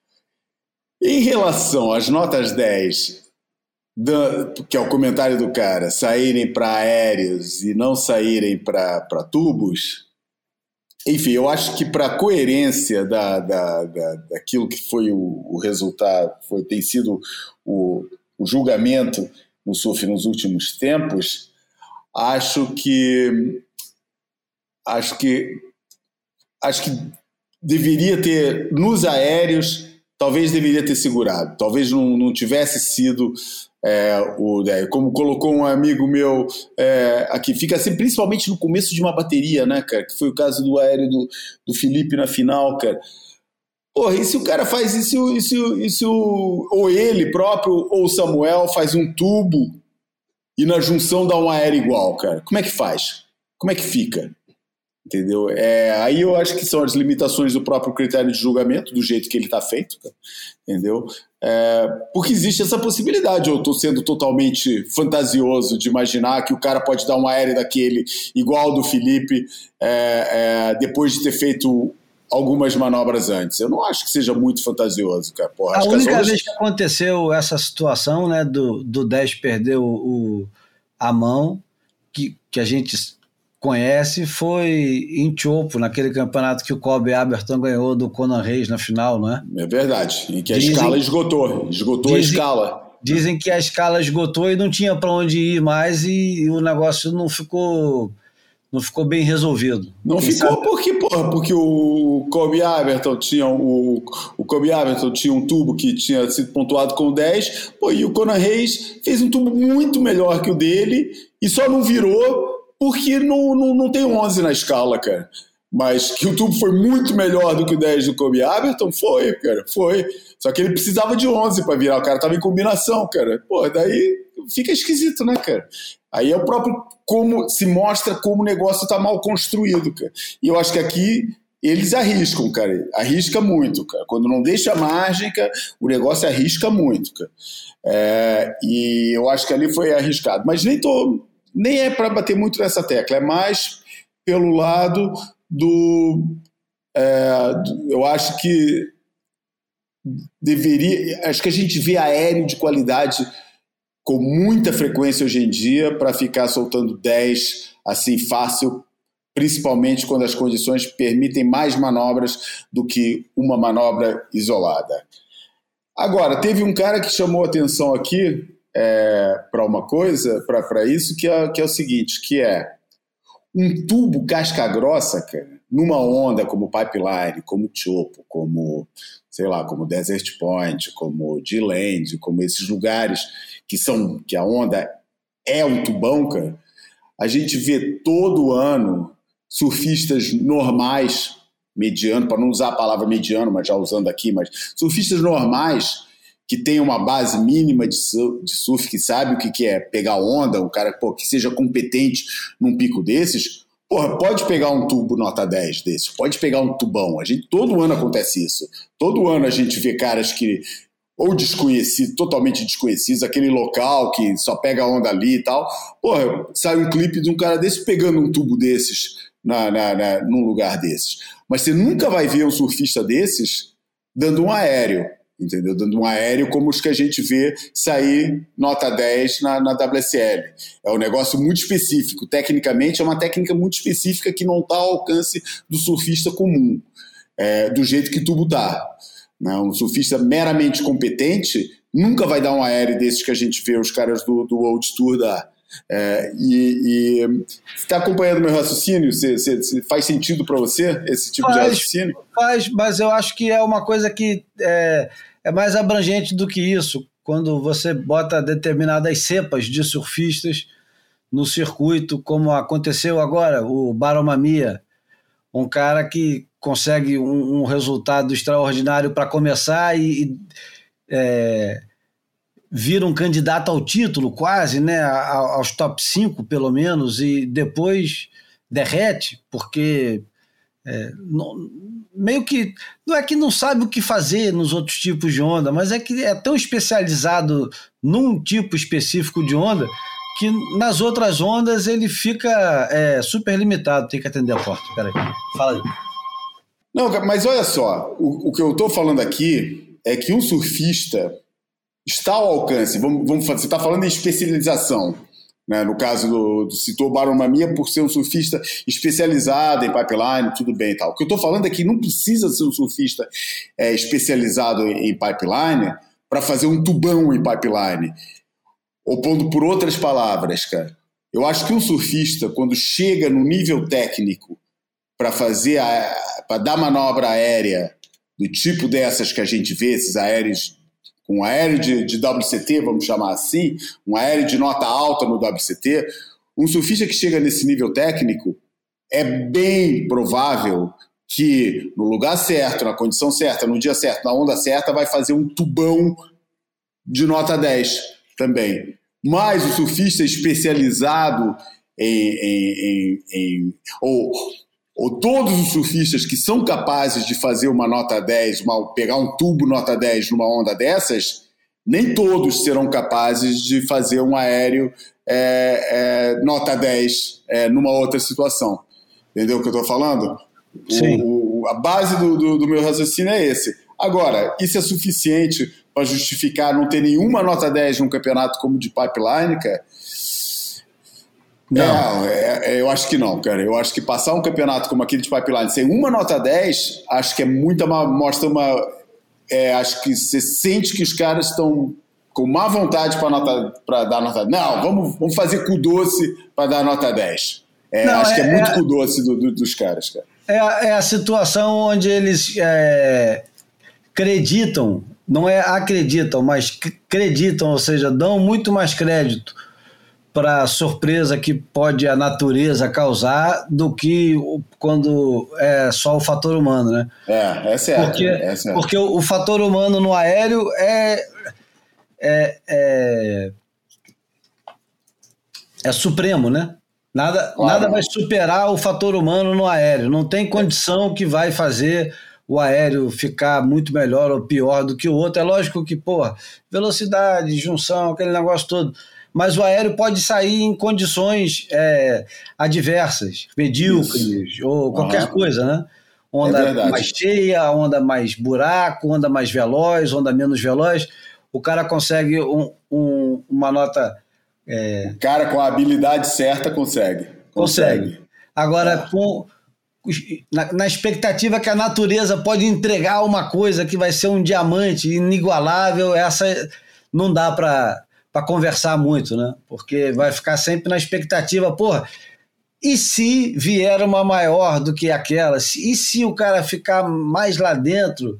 Em relação às notas dez, da, que é o comentário do cara, saírem para aéreos e não saírem para tubos, enfim, eu acho que para a coerência da, da, da, daquilo que foi o, o resultado, foi, tem sido o, o julgamento no surf nos últimos tempos, acho que acho que Acho que deveria ter, nos aéreos, talvez deveria ter segurado. Talvez não, não tivesse sido é, o... É, como colocou um amigo meu é, aqui, fica assim, principalmente no começo de uma bateria, né, cara? Que foi o caso do aéreo do, do Felipe na final, cara. Porra, e se o cara faz isso, isso, isso, ou ele próprio, ou o Samuel faz um tubo e na junção dá um aéreo igual, cara? Como é que faz? Como é que fica? Entendeu? É, aí eu acho que são as limitações do próprio critério de julgamento, do jeito que ele está feito, cara. Entendeu? É, porque existe essa possibilidade. Eu estou sendo totalmente fantasioso de imaginar que o cara pode dar um aéreo daquele igual ao do Felipe é, é, depois de ter feito algumas manobras antes. Eu não acho que seja muito fantasioso, cara. Porra, a acho única que as vez que aconteceu essa situação, né, do, do dez perder o, o, a mão, que, que a gente conhece, foi em Chopo, naquele campeonato que o Kobe Aberton ganhou do Conan Reis na final, não é? É verdade, em que a dizem, escala esgotou, esgotou dizem, a escala. Dizem que a escala esgotou e não tinha para onde ir mais e, e o negócio não ficou, não ficou bem resolvido. Não Quem ficou sabe? porque, porra, porque o Kobe Aberton tinha o, o Kobe Aberton tinha um tubo que tinha sido pontuado com dez, pô, e o Conan Reis fez um tubo muito melhor que o dele e só não virou porque não, não, não tem onze na escala, cara. Mas que o tubo foi muito melhor do que o dez do Kobe Aberton, foi, cara, foi. Só que ele precisava de onze para virar, o cara tava em combinação, cara. Pô, daí fica esquisito, né, cara? Aí é o próprio como se mostra como o negócio tá mal construído, cara. E eu acho que aqui eles arriscam, cara, arrisca muito, cara. Quando não deixa margem, cara, o negócio arrisca muito, cara. É, e eu acho que ali foi arriscado. Mas nem, tô, nem é para bater muito nessa tecla, é mais pelo lado do... É, eu acho que deveria... Acho que a gente vê aéreo de qualidade com muita frequência hoje em dia para ficar soltando dez assim fácil, principalmente quando as condições permitem mais manobras do que uma manobra isolada. Agora, teve um cara que chamou atenção aqui é, para uma coisa, para isso, que é, que é o seguinte, que é um tubo casca grossa, cara, numa onda como Pipeline, como Chopo, como, sei lá, como Desert Point, como G-Land, como esses lugares que são, que a onda é um tubão, cara, a gente vê todo ano surfistas normais, mediano, para não usar a palavra mediano, mas já usando aqui, mas surfistas normais que tem uma base mínima de surf, de surf que sabe o que, que é pegar onda, um cara pô, que seja competente num pico desses, porra, pode pegar um tubo nota dez desses, pode pegar um tubão. A gente, todo ano acontece isso. Todo ano a gente vê caras que ou desconhecidos, totalmente desconhecidos, aquele local que só pega onda ali e tal. Porra, sai um clipe de um cara desse pegando um tubo desses na, na, na, num lugar desses. Mas você nunca vai ver um surfista desses dando um aéreo, entendeu? Dando um aéreo como os que a gente vê sair nota dez na, na W S L. É um negócio muito específico. Tecnicamente, é uma técnica muito específica que não está ao alcance do surfista comum, é, do jeito que tubo está. Um surfista meramente competente nunca vai dar um aéreo desses que a gente vê os caras do, do World Tour dar. É, e, e você está acompanhando meu raciocínio? Você, você, você, faz sentido para você esse tipo faz, de raciocínio? Faz, mas eu acho que é uma coisa que é, é mais abrangente do que isso. Quando você bota determinadas cepas de surfistas no circuito, como aconteceu agora, o Baromamia, um cara que consegue um, um resultado extraordinário para começar e, e é, vira um candidato ao título quase, né, aos top cinco pelo menos, e depois derrete, porque é, não, meio que, não é que não sabe o que fazer nos outros tipos de onda, mas é que é tão especializado num tipo específico de onda que nas outras ondas ele fica é, super limitado. Tem que atender a porta, peraí, fala aí. Não, mas olha só, o, o que eu estou falando aqui é que um surfista está ao alcance, vamos, vamos, você está falando em especialização, né? No caso do, do citou Baromamia por ser um surfista especializado em pipeline, tudo bem e tal. O que eu estou falando é que não precisa ser um surfista é, especializado em, em pipeline para fazer um tubão em pipeline. Ou pondo por outras palavras, cara, eu acho que um surfista, quando chega no nível técnico para fazer, para dar manobra aérea do tipo dessas que a gente vê, esses aéreos, com um aéreo de, de W C T, vamos chamar assim, um aéreo de nota alta no W C T, um surfista que chega nesse nível técnico, é bem provável que no lugar certo, na condição certa, no dia certo, na onda certa, vai fazer um tubão de nota dez também. Mas o surfista especializado em... em, em, em ou, ou todos os surfistas que são capazes de fazer uma nota dez, uma, pegar um tubo nota dez numa onda dessas, nem todos serão capazes de fazer um aéreo é, é, nota dez é, numa outra situação. Entendeu o que eu estou falando? Sim. O, o, a base do, do, do meu raciocínio é esse. Agora, isso é suficiente para justificar não ter nenhuma nota dez num campeonato como o de pipeline, cara? Não, é, é, eu acho que não, cara. Eu acho que passar um campeonato como aquele de pipeline sem uma nota dez, acho que é muita, mostra uma... É, acho que você sente que os caras estão com má vontade para dar nota dez. Não, vamos, vamos fazer cu doce para dar nota dez. É, não, acho é, que é muito é, cu doce do, do, dos caras, cara. É, é a situação onde eles é, acreditam, não é acreditam, mas acreditam, ou seja, dão muito mais crédito para a surpresa que pode a natureza causar do que quando é só o fator humano, né? É, é certo. Porque, é certo. porque o, o fator humano no aéreo é, é, é, é supremo, né? Nada, claro. Nada vai superar o fator humano no aéreo. Não tem condição que vai fazer o aéreo ficar muito melhor ou pior do que o outro. É lógico que, pô, velocidade, junção, aquele negócio todo. Mas o aéreo pode sair em condições é, adversas, medíocres, Isso. ou qualquer uhum. coisa, né? Onda é mais cheia, onda mais buraco, onda mais veloz, onda menos veloz. O cara consegue um, um, uma nota... É... O cara com a habilidade certa consegue. Consegue. consegue. Agora, ah. com, na, na expectativa que a natureza pode entregar uma coisa que vai ser um diamante inigualável, essa não dá para... para conversar muito, né? Porque vai ficar sempre na expectativa, porra, e se vier uma maior do que aquela? E se o cara ficar mais lá dentro,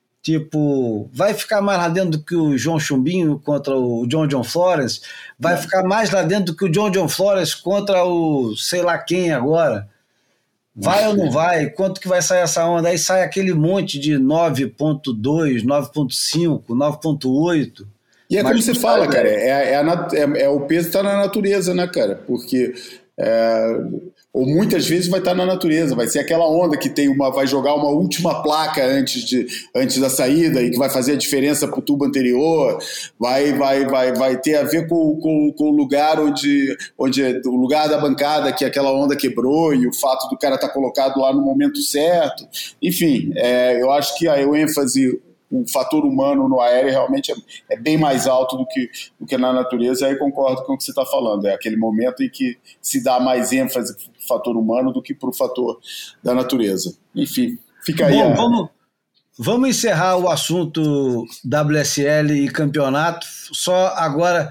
tipo, vai ficar mais lá dentro do que o João Chumbinho contra o John John Florence? Vai ficar mais lá dentro do que o John John Florence contra o sei lá quem agora? Vai ou não vai? Quanto que vai sair essa onda? Aí sai aquele monte de nove ponto dois, nove ponto cinco, nove ponto oito... E é como você fala, cara, é, é, a, é, é o peso está na natureza, né, cara? Porque é, ou muitas vezes vai estar na natureza, vai ser aquela onda que tem uma, vai jogar uma última placa antes, de, antes da saída e que vai fazer a diferença para o tubo anterior, vai, vai, vai, vai ter a ver com, com, com o lugar onde, onde o lugar da bancada que aquela onda quebrou e o fato do cara estar colocado lá no momento certo. Enfim, é, eu acho que a ênfase, o fator humano no aéreo realmente é, é bem mais alto do que, do que na natureza. Aí concordo com o que você está falando, é aquele momento em que se dá mais ênfase para o fator humano do que para o fator da natureza. Enfim, fica aí. Bom, a... vamos, vamos encerrar o assunto W S L e campeonato, só agora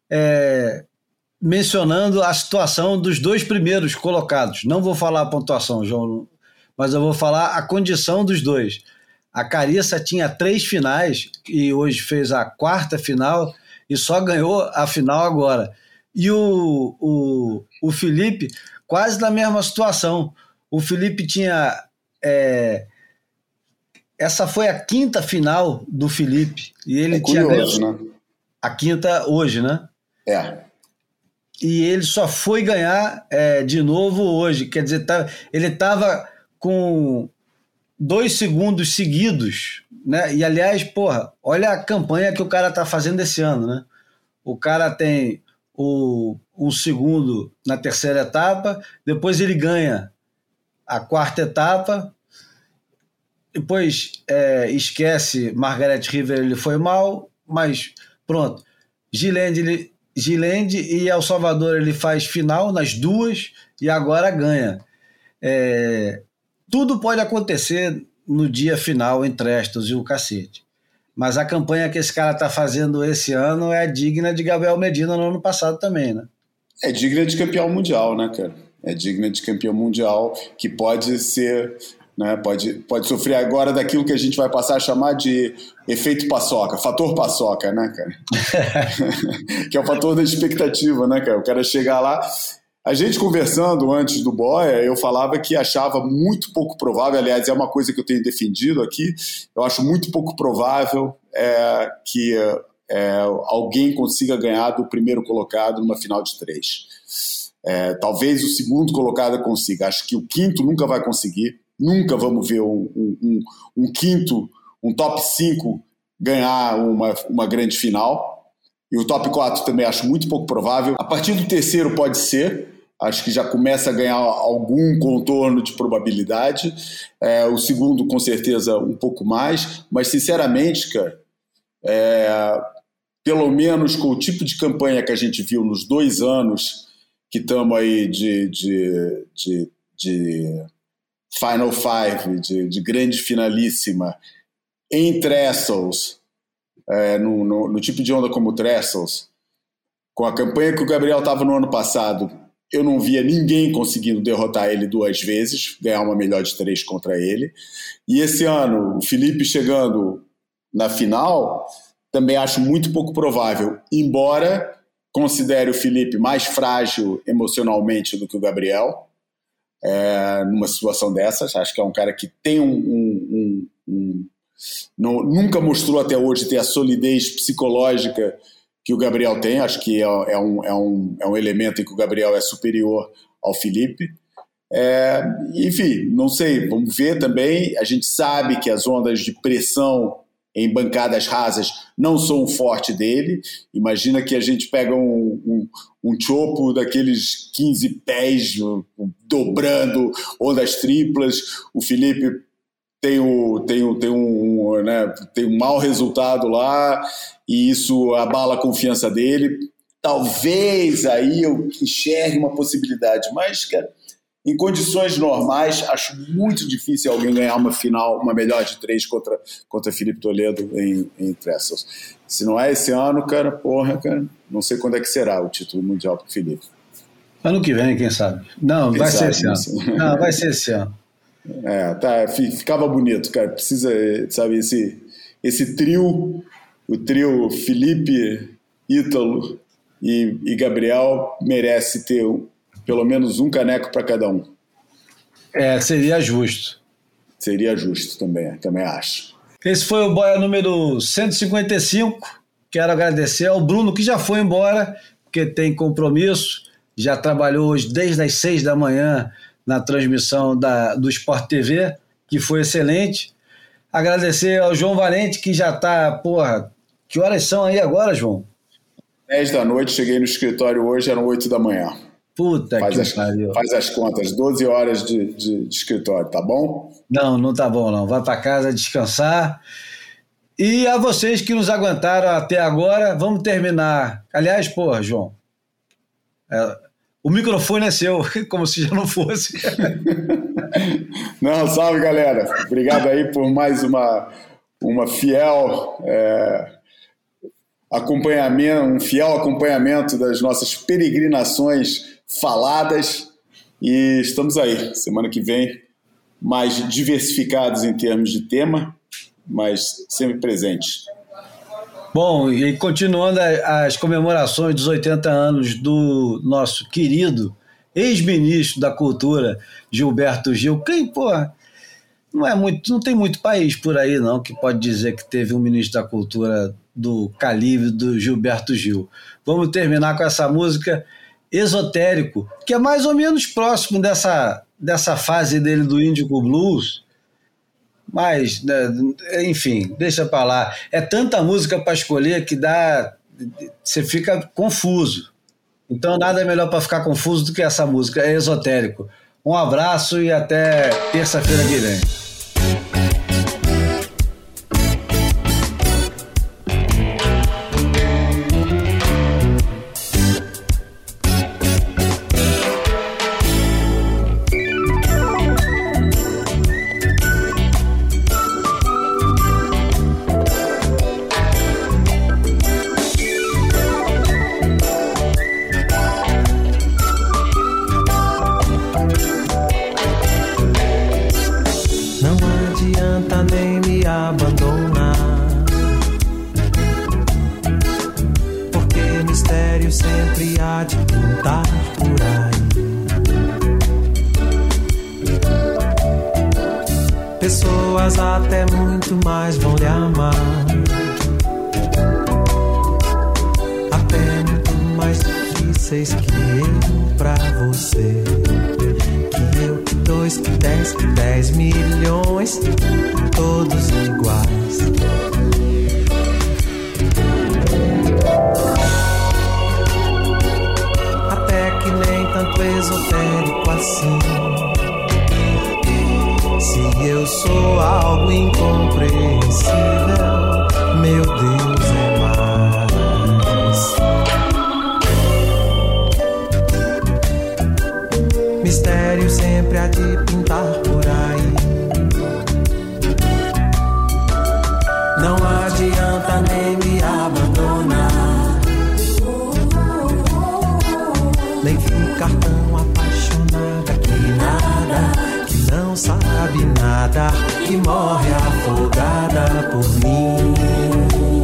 é, mencionando a situação dos dois primeiros colocados. Não vou falar a pontuação, João, mas eu vou falar a condição dos dois. A Carissa tinha três finais e hoje fez a quarta final e só ganhou a final agora. E o, o, o Felipe, quase na mesma situação. O Felipe tinha... É, essa foi a quinta final do Felipe. E ele é curioso, tinha né? A quinta hoje, né? É. E ele só foi ganhar é, de novo hoje. Quer dizer, tá, ele estava com... dois segundos seguidos, né? E, aliás, porra, olha a campanha que o cara tá fazendo esse ano, né? O cara tem o, um segundo na terceira etapa, depois ele ganha a quarta etapa, depois é, esquece Margaret River, ele foi mal, mas pronto. Gilende, ele, Gilende e El Salvador ele faz final nas duas e agora ganha. É... Tudo pode acontecer no dia final entre Estos e o cacete. Mas a campanha que esse cara está fazendo esse ano é digna de Gabriel Medina no ano passado também, né? É digna de campeão mundial, né, cara? É digna de campeão mundial que pode ser, né, pode, pode sofrer agora daquilo que a gente vai passar a chamar de efeito paçoca, fator paçoca, né, cara? Que é o fator da expectativa, né, cara? O cara chegar lá... A gente conversando antes do Boia, eu falava que achava muito pouco provável, aliás, é uma coisa que eu tenho defendido aqui, eu acho muito pouco provável é, que é, alguém consiga ganhar do primeiro colocado numa final de três. É, talvez o segundo colocado consiga, acho que o quinto nunca vai conseguir, nunca vamos ver um, um, um, um quinto, um top cinco ganhar uma, uma grande final. E o top quatro também acho muito pouco provável. A partir do terceiro pode ser, acho que já começa a ganhar algum contorno de probabilidade. É, o segundo, com certeza, um pouco mais. Mas, sinceramente, cara, é, pelo menos com o tipo de campanha que a gente viu nos dois anos que estamos aí de, de, de, de Final Five, de, de grande finalíssima, em Trestles, É, no, no, no tipo de onda como o Trestles, com a campanha que o Gabriel estava no ano passado, eu não via ninguém conseguindo derrotar ele duas vezes, ganhar uma melhor de três contra ele. E esse ano, o Felipe chegando na final, também acho muito pouco provável, embora considere o Felipe mais frágil emocionalmente do que o Gabriel, é, numa situação dessas. Acho que é um cara que tem um... um, um, um não, nunca mostrou até hoje ter a solidez psicológica que o Gabriel tem. Acho que é, é, um, é, um, é um elemento em que o Gabriel é superior ao Felipe. É, enfim, não sei, vamos ver também. A gente sabe que as ondas de pressão em bancadas rasas não são o forte dele. Imagina que a gente pega um, um, um chopo daqueles quinze pés dobrando ondas triplas. O Felipe tem, o, tem, o, tem, um, né, tem um mau resultado lá e isso abala a confiança dele. Talvez aí eu enxergue uma possibilidade, mas, cara, em condições normais, acho muito difícil alguém ganhar uma final, uma melhor de três contra, contra Felipe Toledo em, em Trestles. Se não é esse ano, cara, porra, cara, não sei quando é que será o título mundial para o Felipe. Ano que vem, quem sabe? Não, quem vai sabe, ser esse ano. Não, vai ser esse ano. É, tá, ficava bonito, cara. Precisa, sabe, esse, esse trio, o trio Felipe, Ítalo e, e Gabriel merece ter um, pelo menos um caneco para cada um. É, seria justo. Seria justo também, também acho. Esse foi o Boia número cento e cinquenta e cinco. Quero agradecer ao Bruno, que já foi embora, porque tem compromisso. Já trabalhou hoje desde as seis da manhã na transmissão da, do Sport T V, que foi excelente. Agradecer ao João Valente, que já está, porra, que horas são aí agora, João? dez da noite, cheguei no escritório hoje, eram oito da manhã. Puta faz que as, pariu. Faz as contas, doze horas de, de, de escritório, tá bom? Não, não tá bom não. Vai para casa descansar. E a vocês que nos aguentaram até agora, vamos terminar. Aliás, porra, João, é, o microfone é seu, como se já não fosse. Não, salve, galera. Obrigado aí por mais uma, uma fiel é, acompanhamento, um fiel acompanhamento das nossas peregrinações faladas. E estamos aí, semana que vem, mais diversificados em termos de tema, mas sempre presentes. Bom, e continuando as comemorações dos oitenta anos do nosso querido ex-ministro da Cultura, Gilberto Gil. Quem, porra, não, é muito, não tem muito país por aí, não, que pode dizer que teve um ministro da Cultura do calibre do Gilberto Gil. Vamos terminar com essa música Esotérico, que é mais ou menos próximo dessa, dessa fase dele do Índico Blues. Mas, enfim, deixa pra lá. É tanta música para escolher que dá, você fica confuso. Então nada é melhor para ficar confuso do que essa música, é Esotérico. Um abraço e até terça-feira que vem. Pessoas até muito mais vão lhe amar, até muito mais difíceis que eu pra você. Que eu, que dois, que dez, que dez milhões, todos iguais. Até que nem tanto esotérico assim. Se eu sou algo incompreensível, meu Deus é mais. Mistério sempre há de pintar por aí. Não adianta nem me abandonar, nem ficar tão apaixonada que nada, não sabe nada, que morre afogada por mim.